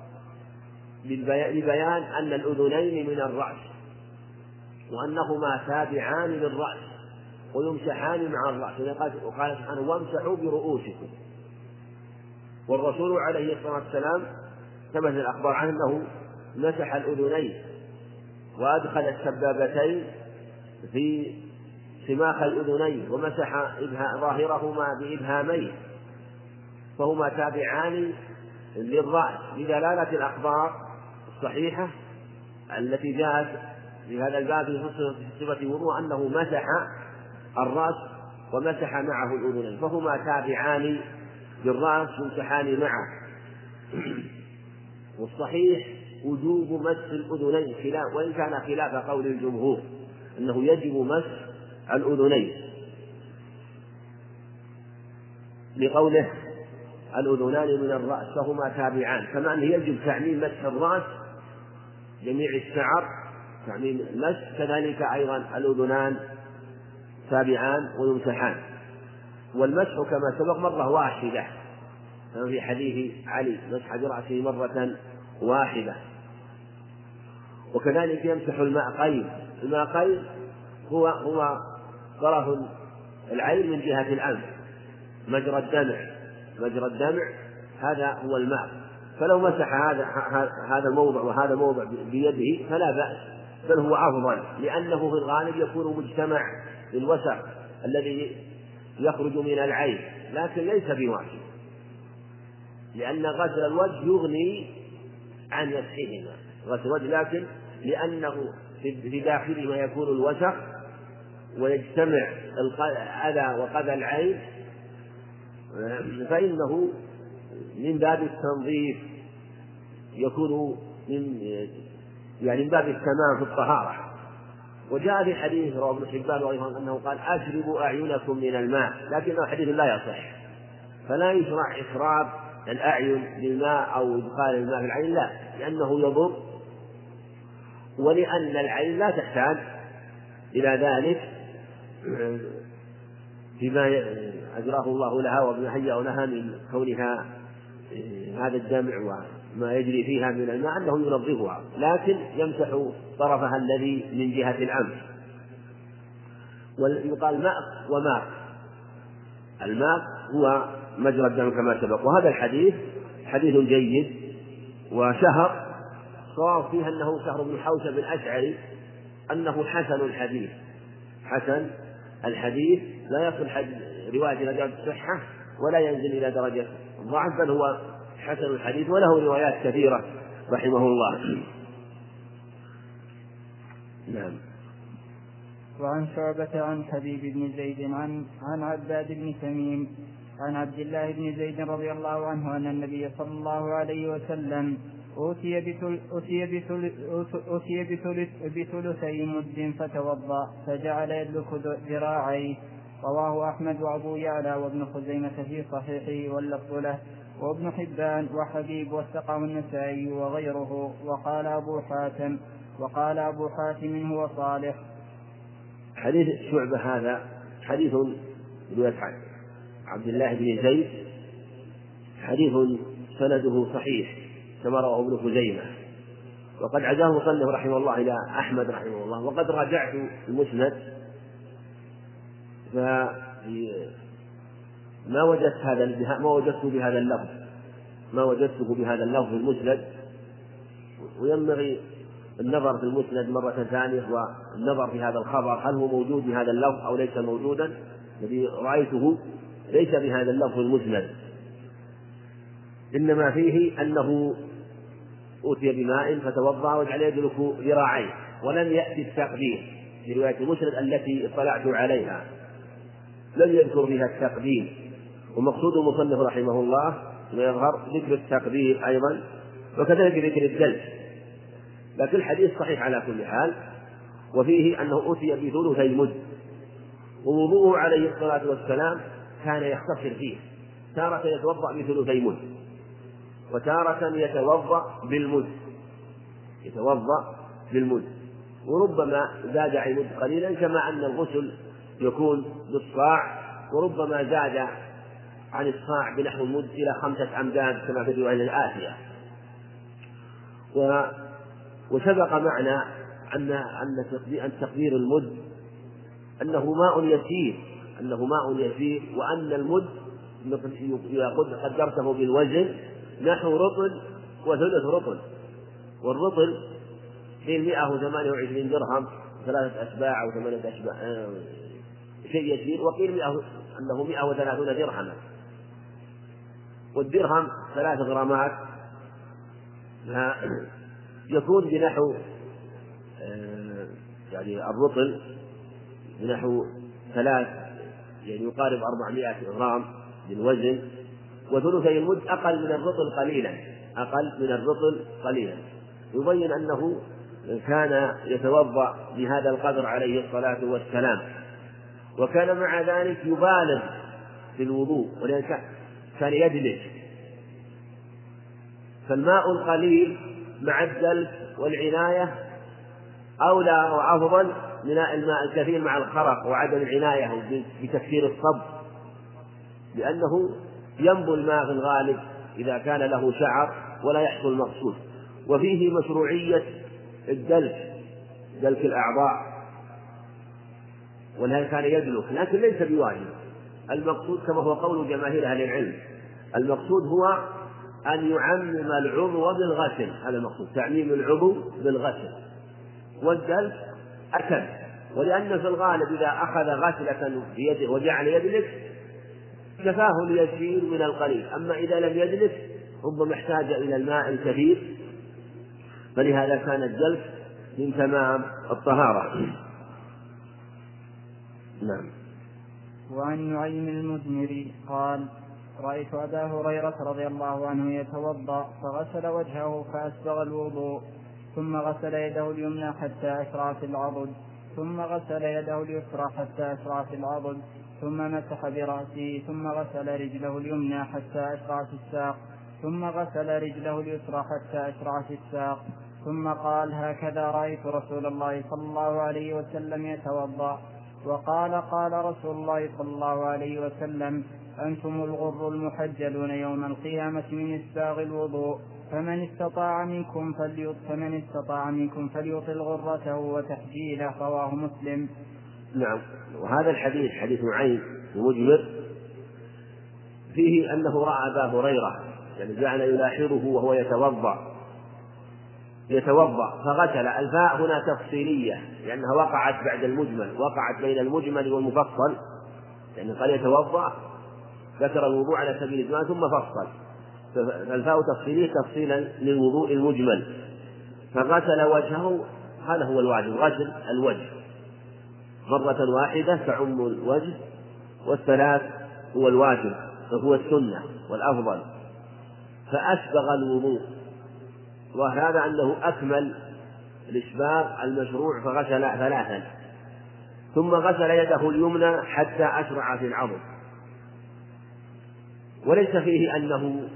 لبيان أن الأذنين من الرأس، وأنهما تابعان للرأس ويمسحان مع الرأس، وقال سبحانه وامسحوا برؤوسكم. والرسول عليه الصلاة والسلام ثبت الأخبار عنه أنه مسح الأذنين وأدخل السبابتين في سماخ الأذنين ومسح ظاهرهما بإبهاميه، فهما تابعان للرأس بدلالة الأخبار الصحيحة التي جاءت في هذا الباب في صفة الوضوء أنه مسح الرأس ومسح معه الأذنين، فهما تابعان للرأس يمسحان معه. والصحيح وجوب مسح الأذنين، وإن كان خلاف قول الجمهور أنه يجب مسح الأذنين لقوله الأذنان من الرأس فهما تابعان، كما أنه يجب تعميم مسح الرأس جميع الشعر تعميم المسح، كذلك أيضا الأذنان تابعان ويمسحان. والمسح كما سبق مرة واحدة، كما في حديث علي مسح برأسه مرة واحدة. وكذلك يمسح الماءقين، الماءقين هو طرف العين من جهة الأنف، مجرى الدمع هذا هو الماء، فلو مسح هذا الموضع وهذا الموضع بيده فلا بأس، بل هو أفضل، لأنه في الغالب يكون مجتمع للوسخ الذي يخرج من العين، لكن ليس بواجب، لأن غسل الوجه يغني عن مسحهما غسل الوجه، لكن لأنه في داخله ما يكون الوسخ ويجتمع الأذى وقذى العين، فإنه من باب التنظيف، يكون من باب التمام في الطهارة. وجاء في حديث رواه ابن حبان وغيره أنه قال أشربوا أعينكم من الماء، لكنه حديث لا يصح، فلا يشرع إشراب الأعين بالماء أو إدخال الماء في العين، لا، لأنه يضر، ولأن العين لا تحتاج إلى ذلك فيما أجراه الله لها وما هيأ لها من كونها هذا الدمع وما يجري فيها من الماء أنه ينظفها، لكن يمسح طرفها الذي من جهة الأنف. ويقال ماء وماء، الماء هو مجرى الدم كما سبق. وهذا الحديث حديث جيد، وشهر صار فيها أنه شهر بن حوشب الأشعري أنه حسن الحديث لا يصل رواية إلى درجة الصحة ولا ينزل إلى درجة الضعف، بل هو حسن الحديث وله روايات كثيرة رحمه الله. نعم.
وعن شعبة عن حبيب بن زيد عن عباد بن تميم عن عبد الله بن زيد رضي الله عنه أن النبي صلى الله عليه وسلم أوتي بثلثي مد فتوضأ فجعل يدلك ذراعيه. رواه أحمد وأبو يعلى وابن خزيمة في صحيحه واللفظ له، وابن حبان وحبيب وثقه النسائي وغيره. وقال أبو حاتم هو صالح.
حديث شعبة هذا حديث رواية عبد الله بن زيد، حديث سنده صحيح كما رواه ابن خزيمة، وقد عزاه مصنف رحمه الله إلى أحمد رحمه الله. وقد راجعت المسند فما وجدته بهذا اللفظ في المسند،
وينبغي النظر في المسند مرة ثانية والنظر في هذا الخبر هل هو موجود بهذا اللفظ أو ليس موجودا. الذي رأيته ليس بهذا اللفظ المسند، إنما فيه أنه أوتي بماء فتوضأ وجعل يدلك ذراعيه، ولم يأتي التقدير في رواية مسند التي اطلعت عليها، لم يذكر فيها التقدير. ومقصود المصنف رحمه الله ويظهر ذكر التقدير أيضا، وكذلك ذكر الدلك، لكن الحديث صحيح على كل حال. وفيه أنه أوتي بثلثي مد، ووضوءه عليه الصلاة والسلام كان يختصر فيه، تارة يتوضأ بثلثي مد وتارة يتوضأ بالمد، وربما زاد عن مد قليلا، كما أن الغسل يكون بالصاع، وربما زاد عن الصاع بنحو المد إلى 5 أمداد كما في الرواية الآتية. وسبق معنا أن تقدير المد أنه ماء يسير، وأن المد قدرته بالوزن نحو رطل وثلث رطل، والرطل في 128 درهم 3 أتباع أو 8 أتباع شيء يسير، وقيل أنه 130 درهما، والدرهم 3 غرامات يكون بنحو يعني الرطل بنحو 3 يعني يقارب 400 غرام بالوزن، وثلثي المد أقل من الرطل قليلا، يبين أنه كان يتوضأ بهذا القدر عليه الصلاة والسلام، وكان مع ذلك يبالغ في الوضوء، ولذلك كان يدلك. فالماء القليل مع الدلك والعناية أولى وأفضل من الماء الكثير مع الخرق وعدم العناية بتكثير الصب، لأنه ينبو الماء في الغالب إذا كان له شعر ولا يحصل المقصود. وفيه مشروعية دلك الأعضاء، ولهذا كان يدلك، لكن ليس بواجب. المقصود كما هو قول جماهير أهل العلم، المقصود هو أن يعمم العضو بالغسل، هذا المقصود، تعميم العضو بالغسل، والدلك أكد، ولأن في الغالب إذا أخذ غسلة بيده وجعل يدلك كفاه اليسير من القليل، أما إذا لم يدلك ربما احتاج إلى الماء الكثير، فلهذا كان الدلك من تمام الطهارة. نعم.
وعن نعيم المزمري قال: رأيت أبا هريرة رضي الله عنه يتوضأ فغسل وجهه فأسبغ الوضوء، ثم غسل يده اليمنى حتى أشرع في العضد، ثم غسل يده اليسرى حتى أشرع في العضد، ثم مسح برأسه، ثم غسل رجله اليمنى حتى أشرع في الساق، ثم غسل رجله اليسرى حتى أشرع في الساق، ثم قال: هكذا رأيت رسول الله صلى الله عليه وسلم يتوضأ. وقال: قال رسول الله صلى الله عليه وسلم: أنتم الغر المحجلون يوم القيامة من إسباغ الوضوء، فمن استطاع منكم فليطل غرته وتحجيله. رواه مسلم.
نعم. وهذا الحديث حديث نعيم المجمر فيه أنه رأى أبا هريرة يعني جعل يلاحظه وهو يتوضأ فغسل. الفاء هنا تفصيلية لأنها وقعت بعد المجمل، وقعت بين المجمل والمفصل، يعني قال يتوضأ ذكر الوضوء على سبيل الإجمال ثم فصل، فالفاء تفصيلية تفصيلا للوضوء المجمل. فغسل وجهه، هذا هو الواجب، غسل الوجه مرة واحدة تعم الوجه، والثلاث هو الواجب وهو السنة والأفضل. فأسبغ الوضوء، وهذا أنه أكمل الإسباغ المشروع، فغسل 3، ثم غسل يده اليمنى حتى أشرع في العضد، وليس فيه أنه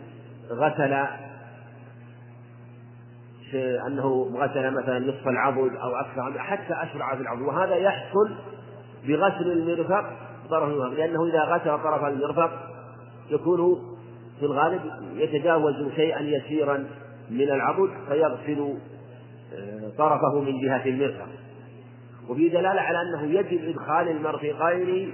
غسل مثلا نصف العضد أو أكثر حتى أشرع في العضد، وهذا يحصل بغسل المرفق طرف المرفق، لأنه إذا غسل طرف المرفق يكون في الغالب يتجاوز شيئا يسيرا من العضد فيغسل طرفه من جهة المرفق. وفي دلالة على أنه يجب إدخال المرفقين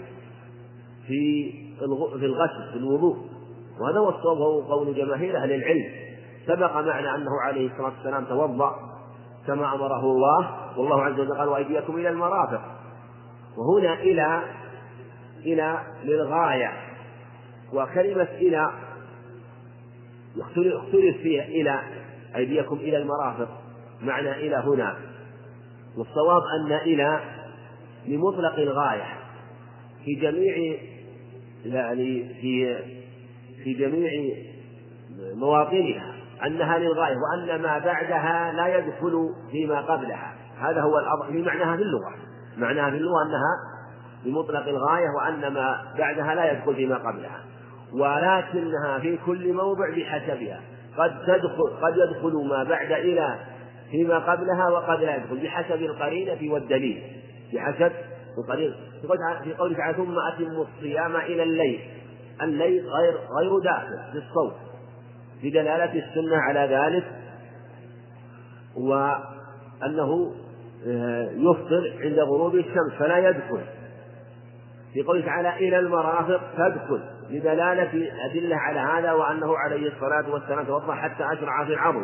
في الغسل في الوضوء، وهذا هو الصواب، هو قول جماهير أهل العلم، سبق معنا أنه عليه الصلاة والسلام توضأ كما أمره الله، والله عز وجل قال وأيديكم إلى المرافق، وهنا إلى للغاية، وكلمة إلى اختلف فيها إلى أيديكم إلى المرافق معنى إلى هنا، والصواب أن إلى لمطلق الغاية في جميع يعني في جميع مواطنها، أنها للغاية، وأن ما بعدها لا يدخل فيما قبلها. هذا هو الأضح في معناها في اللغة، معناها في اللغة أنها بمطلق الغاية، وأن ما بعدها لا يدخل فيما قبلها، ولكنها في كل موضع بحسبها، قد يدخل ما بعد إلى فيما قبلها وقد لا يدخل بحسب القرينة والدليل، بحسب القرينة. في قوله تعالى ثم أتموا الصيام إلى الليل غير داخل في الصوم بدلالة السنة على ذلك، وأنه يفطر عند غروب الشمس فلا يدخل. في قوله تعالى إلى المرافق تدخل بدلالة أدلة على هذا، وأنه عليه الصلاة والسلام توضأ حتى أشرع في العضد،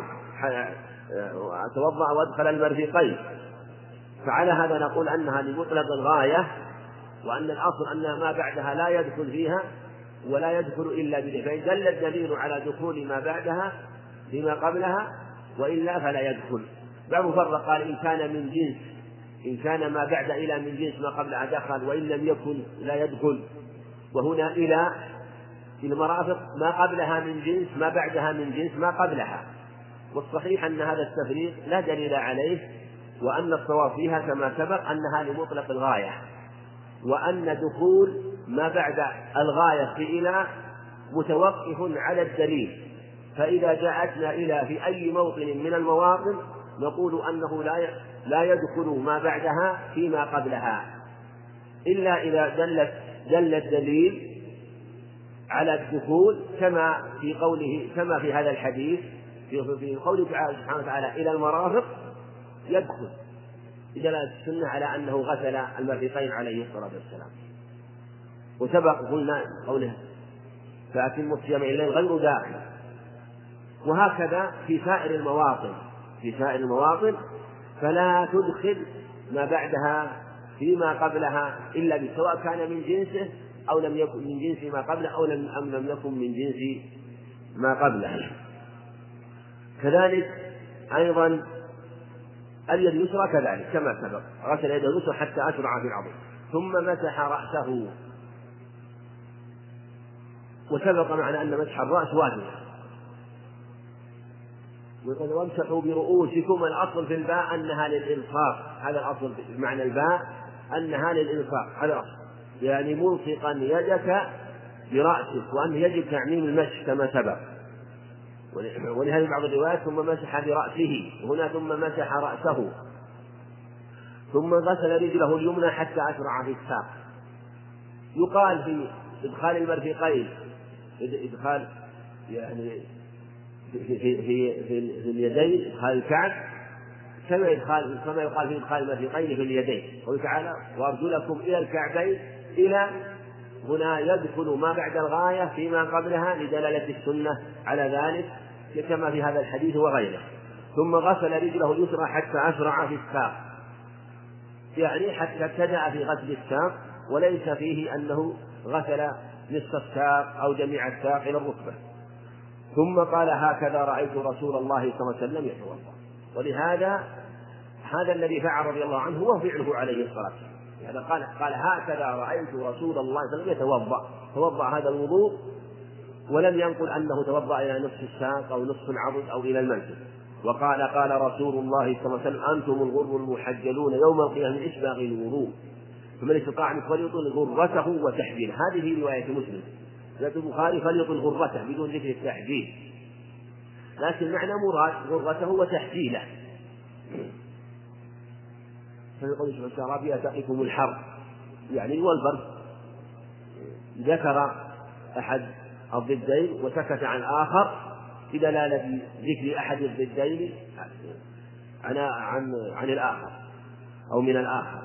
توضأ وادخل المرفقين. فعلى هذا نقول أنها لمطلق الغاية، وأن الأصل أن ما بعدها لا يدخل فيها ولا يدخل إلا بدليل، فإن دل الدليل على دخول ما بعدها فيما قبلها وإلا فلا يدخل. بعض فرق قال إن كان ما بعد إلى من جنس ما قبلها دخل، وإن لم يكن لا يدخل. وهنا إلى في المرافق ما قبلها من جنس ما بعدها من جنس ما قبلها، والصحيح أن هذا التفريق لا دليل عليه، وأن الصواب فيها كما سبق أنها لمطلق الغاية، وأن دخول ما بعد الغاية في إلى متوقف على الدليل. فإذا جاءتنا إلى في أي موطن من المواطن نقول أنه لا يدخل ما بعدها فيما قبلها إلا إذا دل الدليل على الدخول، كما في هذا الحديث في قوله تعالى سبحانه وتعالى إلى المرافق يدخل بدلالة السنة على أنه غسل المرفقين عليه الصلاة والسلام. وسبق قلنا قوله فأتموا الصيام إلى الليل غير داخل. وهكذا في سائر المواطن فلا تدخل ما بعدها فيما قبلها إلا سواء كان من جنسه أو لم يكن من جنس ما قبله أو لم يكن من جنس ما قبله. كذلك أيضا اليد اليسرى كذلك كما سبق، غسل يده اليسرى حتى أشرع في العضد ثم مسح رأسه. وسبق معنا أن مسح الرأس واجب، ويقول وامسحوا برؤوسكم. الأصل في الباء أنها للإلصاق، هذا الأصل في معنى الباء أنها للإلصاق، هذا الأصل، يعني ملصقا يدك برأسك، وأنه يجب تعميم المسح كما سبق. ولهذا بعض الروايات ثم مسح برأسه، هنا ثم مسح رأسه، ثم غسل رجله اليمنى حتى أشرع في الساق. يقال في إدخال المرفقين إدخال يعني في اليدين إدخال الكعب كما يقال في إدخال المرفقين في اليدين. قال تعالى وأرجلكم إلى الكعبين، إلى هنا يدخل ما بعد الغاية فيما قبلها لدلالة السنة على ذلك كما في هذا الحديث وغيره. ثم غسل رجله اليسرى حتى أشرع في الساق، يعني حتى ابتدأ في غسل الساق، وليس فيه أنه غسل نصف الساق أو جميع الساق إلى الركبة. ثم قال هكذا رأيت رسول الله صلى الله عليه وسلم يتوضأ. ولهذا هذا الذي فعل رضي الله عنه هو فعله عليه الصلاة والسلام، هذا قال هكذا رأيت رسول الله صلى الله عليه وسلم توضأ هذا الوضوء، ولم ينقل أنه توضأ إلى نصف الساق أو نصف العضد أو إلى المنكب. وقال قال رسول الله صلى الله عليه وسلم أنتم الغر المحجلون يوم القيامة من إسباغ الوضوء فمن استطاع أن فليطل غرته وتحجيله. هذه رواية مسلم. رواية البخاري فليطل غرته بدون ذكر التحجيل، لكن معنى مراد غرته وتحجيله. فيقول سبحانه الشرابية تقيكم الحر يعني والبرد. ذكر أحد الضدين وسكت عن آخر بدلالة ذكر أحد الضدين عن الآخر أو من الآخر.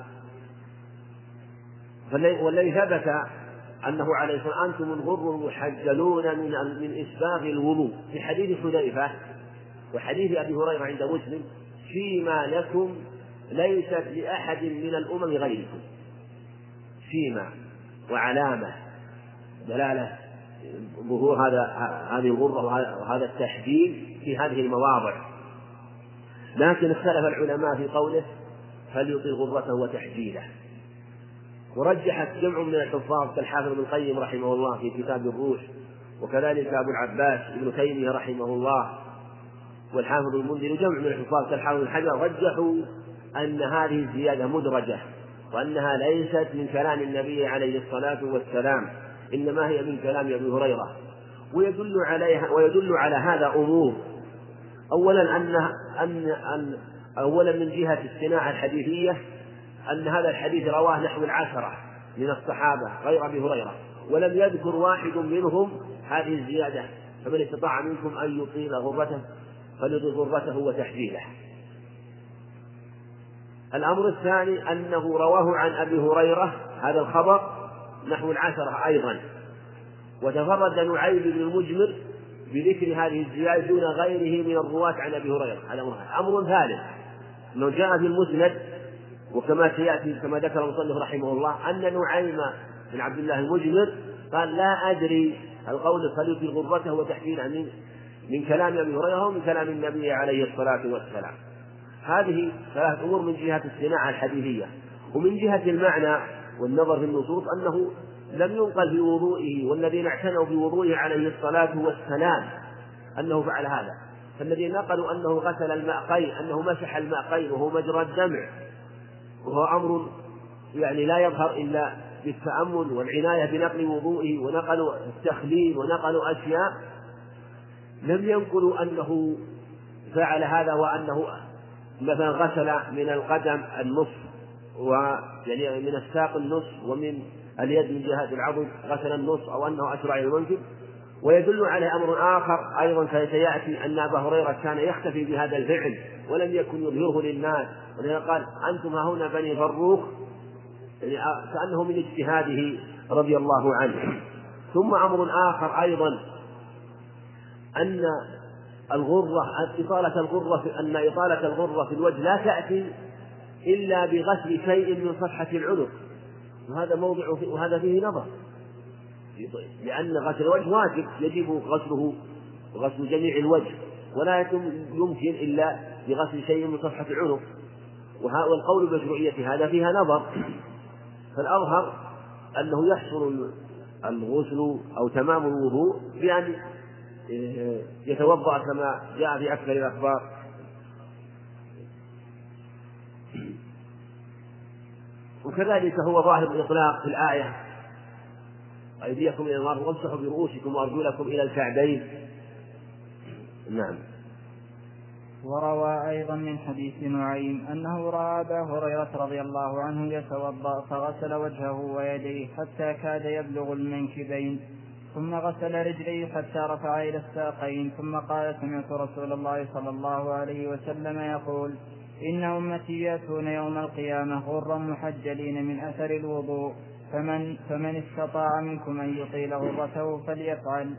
والذي ثبت أنه عليه الصلاة والسلام أنتم الغر المحجلون من إسباغ الوضوء في حديث حذيفة وحديث أبي هريرة عند مسلم: فيما لكم ليست لأحد من الأمم غيركم. فيما وعلامة دلالة ظهور هذه الغرة وهذا التحديد في هذه المواضع. لكن اختلف العلماء في قوله فليطل غرته وتحجيله، ورجحت جمع من الحفاظ كالحافظ ابن القيم رحمه الله في كتاب الروح، وكذلك أبو العباس ابن تيمية رحمه الله والحافظ المنذر وجمع من الحفاظ كالحافظ بن حجر رجحوا أن هذه الزيادة مدرجة، وأنها ليست من كلام النبي عليه الصلاة والسلام، إنما هي من كلام أبي هريرة. ويدل على هذا أمور: أولا من جهة الصناعة الحديثية أن هذا الحديث رواه نحو 10 من الصحابة غير أبي هريرة، ولم يذكر واحد منهم هذه الزيادة: فمن استطاع منكم أن يطيل غرته فليطل غرته وتحجيله. الأمر الثاني أنه رواه عن أبي هريرة هذا الخبر نحو 10 أيضا، وتفرد نعيم بن المجمر بذكر هذه الزيادة دون غيره من الرواة عن أبي هريرة. هذا أمر ثالث أنه جاء في المسند، وكما سيأتي كما ذكر المصنف رحمه الله أن نعيم بن عبد الله المجمر قال: لا أدري القول فليطل غرته وتحجيله من كلام أبي هريرة ومن كلام النبي عليه الصلاة والسلام. هذه 3 أمور من جهة الصناعة الحديثية. ومن جهة المعنى والنظر في النصوص أنه لم ينقل في وضوئه، والذين اعتنوا بوضوئه عليه الصلاة والسلام أنه فعل هذا. فالذين نقلوا أنه غسل الماءين، أنه مسح الماءين وهو مجرى الدمع، وهو أمر يعني لا يظهر إلا بالتأمل والعناية بنقل وضوئه، ونقلوا التخليل ونقلوا أشياء، لم ينقلوا أنه فعل هذا وأنه مثلا غسل من القدم النصف، ويعني من الساق النصف، ومن اليد من جهة العضد غسل النصف، أو أنه أسرع إلى المنكب. ويدل عليه أمر آخر أيضا سيأتي أن أبا هريرة كان يختفي بهذا الفعل ولم يكن يظهره للناس، ولذلك قال: أنتم هنا بني فروخ، يعني كأنه من اجتهاده رضي الله عنه. ثم أمر آخر أيضا أن إطالة الغرة في الوجه لا تأتي إلا بغسل شيء من صفحة العنق، وهذا فيه نظر، لأن غسل الوجه واجب يجب غسله وغسل جميع الوجه، ولا يمكن إلا بغسل شيء من صفحة العنق، والقول بمشروعية هذا فيها نظر. فالأظهر أنه يحصل الغسل أو تمام الوضوء بأن يتوضأ كما جاء في أكثر الأخبار. وكذلك هو ظاهر الإطلاق في الآية: أيديكم إلى الأرض وامسحوا برؤوسكم وأرجلكم إلى الكعبين. نعم.
وروى أيضا من حديث نعيم أنه رأى أبا هريرة رضي الله عنه يتوضأ فغسل وجهه ويديه حتى كاد يبلغ المنكبين، ثم غسل رجليه حتى رفع إلى الساقين، ثم قال: سمعت رسول الله صلى الله عليه وسلم يقول: إن أمتي يأتون يوم القيامة غرا محجلين من أثر الوضوء، فمن استطاع منكم أن يطيل غرته فليفعل.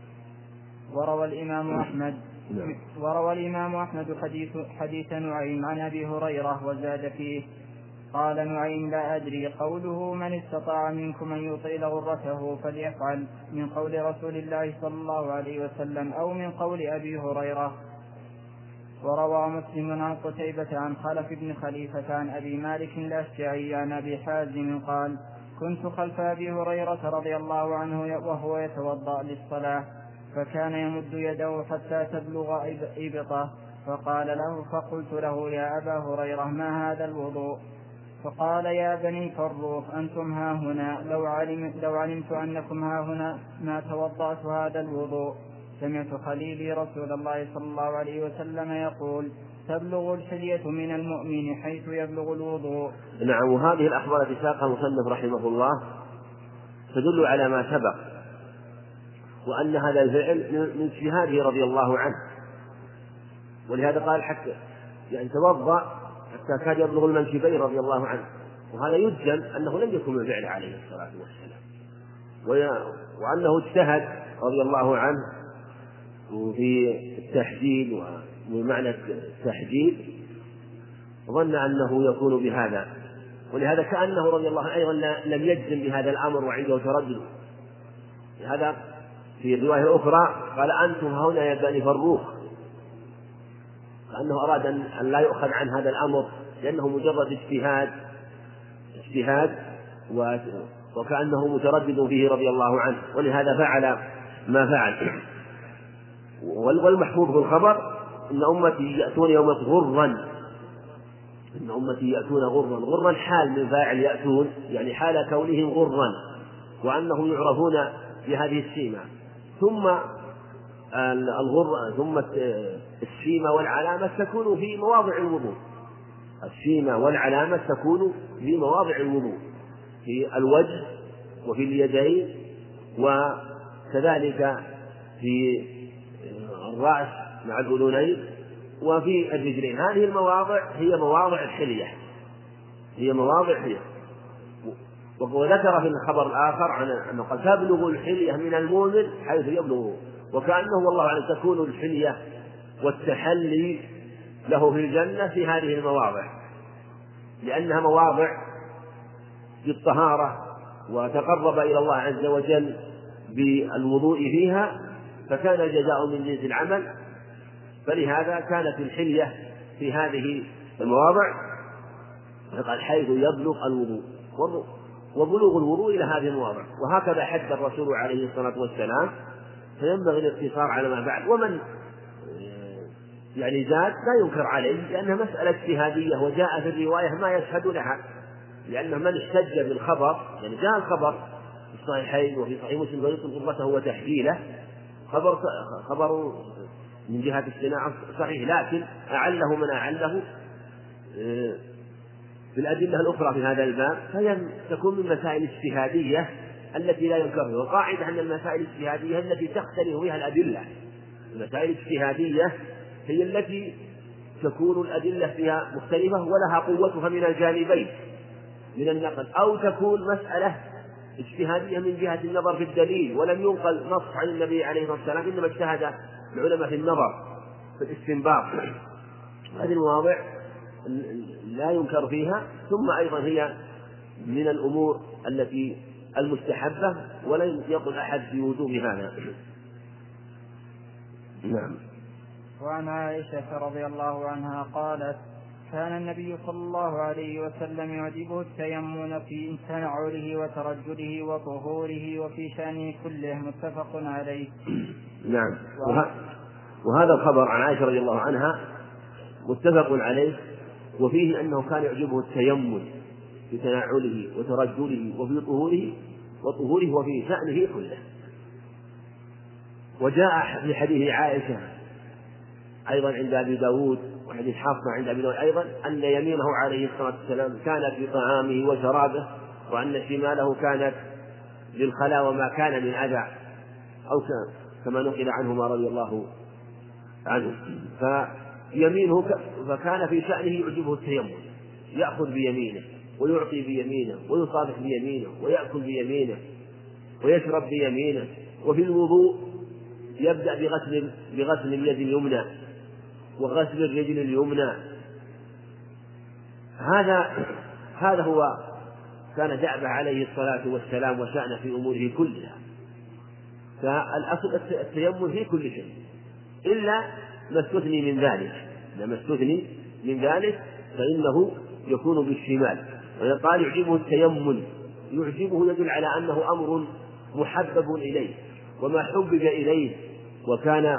وروى الإمام أحمد حديث نعيم عن أبي هريرة وزاد فيه. قال نعيم: لا أدري قوله من استطاع منكم أن يطيل غرته فليفعل من قول رسول الله صلى الله عليه وسلم أو من قول أبي هريرة. وروى مسلم عن قتيبة عن خلف بن خليفة عن أبي مالك الأشجعي عن أبي حازم قال: كنت خلف أبي هريرة رضي الله عنه وهو يتوضأ للصلاة، فكان يمد يده حتى تبلغ إبطه، فقلت له: يا أبا هريرة ما هذا الوضوء؟ فقال: يا بني فروخ أنتم ها هنا، لو علمت أنكم ها هنا ما توضأت هذا الوضوء. سمعت خليلي رسول الله صلى الله عليه وسلم يقول: تبلغ الحلية من المؤمن حيث يبلغ الوضوء.
نعم. وهذه الأخبار التي ساقها المصنف رحمه الله تدل على ما سبق، وأن هذا الفعل من اجتهاده رضي الله عنه، ولهذا قال حتى يعني توضأ حتى كاد يبلغ المنكبين رضي الله عنه، وهذا يجزم أنه لم يكن من فعله عليه الصلاة والسلام، وأنه اجتهد رضي الله عنه في التحديد
بمعنى التحديد ظن أنه يكون بهذا، ولهذا كأنه رضي الله عنه أيضا لم يجزم بهذا الأمر وعنده تردد. هذا في الرواية الأخرى قال أنتم هنا يا بني فروخ، كأنه أراد أن لا يؤخذ عن هذا الأمر لأنه مجرد اجتهاد وكأنه متردد فيه رضي الله عنه، ولهذا فعل ما فعل. والمحفوظ في الخبر إن أمتي يأتون يوم غرا، إن أمتي يأتون غرا حال من فاعل يأتون، يعني حال كونهم غرا وأنهم يعرفون بهذه السيمة. ثم ثم السيمة والعلامة تكون في مواضع الوضوء، السيمة والعلامة تكون في مواضع الوضوء، في الوجه وفي اليدين وكذلك في الرأس مع الأذنين وفي الرجلين. هذه المواضع هي مواضع الحلية، هي مواضع حلية. وذكر في الخبر الآخر عن أنه قد تبلغ الحلية من المؤمن حيث يبلغ، وكأنه والله أعلم تكون الحلية والتحلي له في الجنة في هذه المواضع، لأنها مواضع بالطهارة وتقرب إلى الله عز وجل بالوضوء فيها، فكان الجزاء من جنس العمل، فلهذا كانت الحلية في هذه المواضع. فقال حيث يبلغ الوضوء، وبلوغ الوضوء إلى هذه المواضع، وهكذا حث الرسول عليه الصلاة والسلام، فينبغي الاقتصار على ما فعل. ومن يعني زاد لا ينكر عليه، لأنها مسألة اجتهادية وجاء في الرواية ما يشهد لها، لأن من احتج بالخبر يعني جاء الخبر في الصحيحين وفي صحيح مسلم ويطلب قربته وتحليله، خبر من جهة الصناعة صحيح، لكن أعله من أعله في الأدلة الأخرى في هذا الباب، فهي تكون من مسائل اجتهادية التي لا ينكرها. وقاعدة أن المسائل الاجتهادية التي تختلف بها الأدلة، المسائل الاجتهادية هي التي تكون الأدلة فيها مختلفة ولها قوتها من الجانبين من النقل، أو تكون مسألة اجتهادية من جهة النظر في الدليل ولم ينقل نص عن النبي عليه الصلاة والسلام، إنما اجتهد العلماء في النظر في الاستنباط. هذه المواضع لا ينكر فيها. ثم أيضا هي من الأمور التي المستحبة ولن يقل أحد في وجوب هذا. نعم.
وعن عائشة رضي الله عنها قالت كان النبي صلى الله عليه وسلم يعجبه التيمم في تنعله وترجله وطهوره وفي شأنه كله، متفق عليه.
نعم. وهذا الخبر عن عائشة رضي الله عنها متفق عليه، وفيه أنه كان يعجبه التيمم في تنعله وترجله وفي طهوره وفي شأنه كله. وجاء في حديث عائشة أيضا عند أبي داود وحديث حفصة عند أبي داود أيضا أن يمينه عليه الصلاة والسلام كانت في طعامه وشرابه، وأن شماله كانت للخلاء وما كان من أذى، أو كما نقل عنهما رضي الله عنه. فيمينه فكان في شأنه يعجبه التيمم، يأخذ بيمينه ويعطي بيمينه ويصافح بيمينه ويأكل بيمينه ويشرب بيمينه. وفي الوضوء يبدأ بغسل اليد اليمنى وغسل الرجل اليمنى. هذا هو كان دأبه عليه الصلاة والسلام وشأنه في أموره كلها. فالأصل التيمم في كل شيء إلا ما استثني من ذلك فإنه يكون بالشمال. ويقال يعجبه التيمم، يعجبه يدل على أنه أمر محبب إليه وما حبب إليه، وكان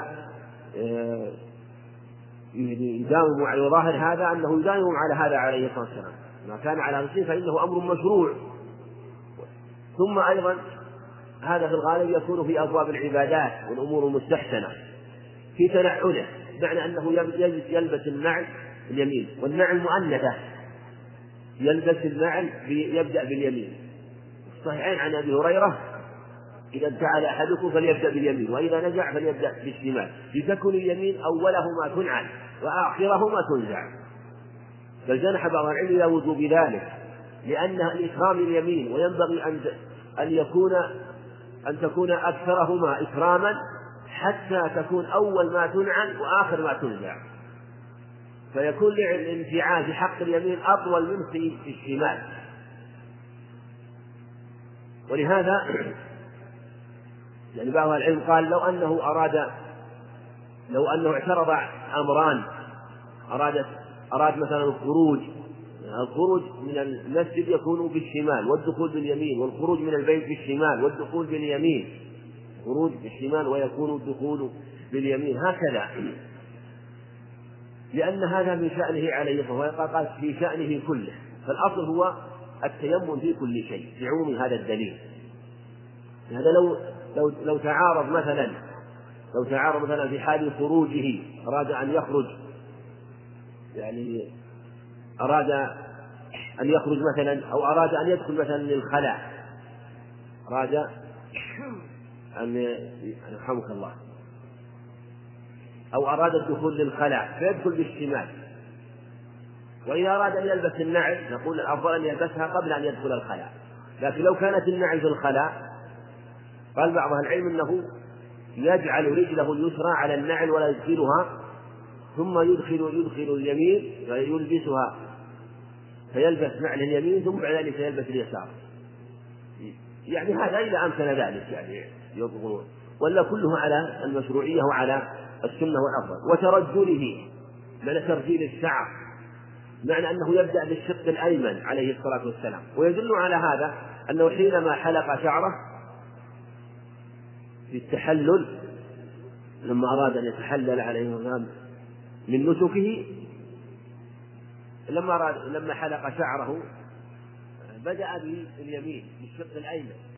يداوم على ظاهر هذا أنه يداوم على هذا عليه الصلاة والسلام، ما كان على هذا الشيء فإنه أمر مشروع. ثم أيضا هذا في الغالب يكون في أبواب العبادات والأمور المستحسنة في تنعله، معنى أنه يلبس النعل اليمين، والنعل مؤنثة، يلبس النعل يبدأ باليمين. الصحيحين عن أبي هريرة إذا ابتعد أحدكم فليبدأ باليمين وإذا نزع فليبدأ بالشمال، لتكن اليمين أولهما تنعل وآخرهما تنزع. بل جنح بعض العلم إلى وجوب ذلك لأنها الإكرام اليمين، وينبغي أن تكون أكثرهما إكراما حتى تكون أول ما تنعل وآخر ما تنزع.
فيكون الانفعال في حق اليمين أطول منه في الشمال. ولهذا يعني بعض العلم قال لو أنه اعترض أمران، أراد مثلا الخروج من المسجد يكون بالشمال والدخول باليمين، والخروج من البيت بالشمال والدخول باليمين، خروج بالشمال ويكون الدخول باليمين هكذا، لأن هذا من شأنه عليه فهو قال في شأنه كله. فالأصل هو التيمم في كل شيء بعموم هذا الدليل. هذا لو تعارض مثلا في حال خروجه، أراد أن يخرج مثلا، أو أراد أن يدخل مثلا للخلاء، يرحمك الله، أو أراد الدخول للخلاء فيدخل بالشمال، وإذا أراد أن يلبس النعل نقول الأفضل أن يلبسها قبل أن يدخل الخلاء. لكن لو كانت النعل في الخلاء قال بعض أهل العلم أنه يجعل رجله اليسرى على النعل ولا يدخلها، ثم يدخل اليمين فيلبسها، فيلبس نعل اليمين ثم بعد ذلك يلبس اليسار. يعني هذا إذا أمكن ذلك يعني يضغط، ولا كله على المشروعية وعلى السنة والأفضل. وترجله من ترجيل الشعر، معنى أنه يبدأ بالشق الأيمن عليه الصلاة والسلام. ويدل على هذا أنه حينما حلق شعره في التحلل، لما أراد أن يتحلل عليه السلام من نسكه، لما حلق شعره بدأ باليمين بالشق الأيمن،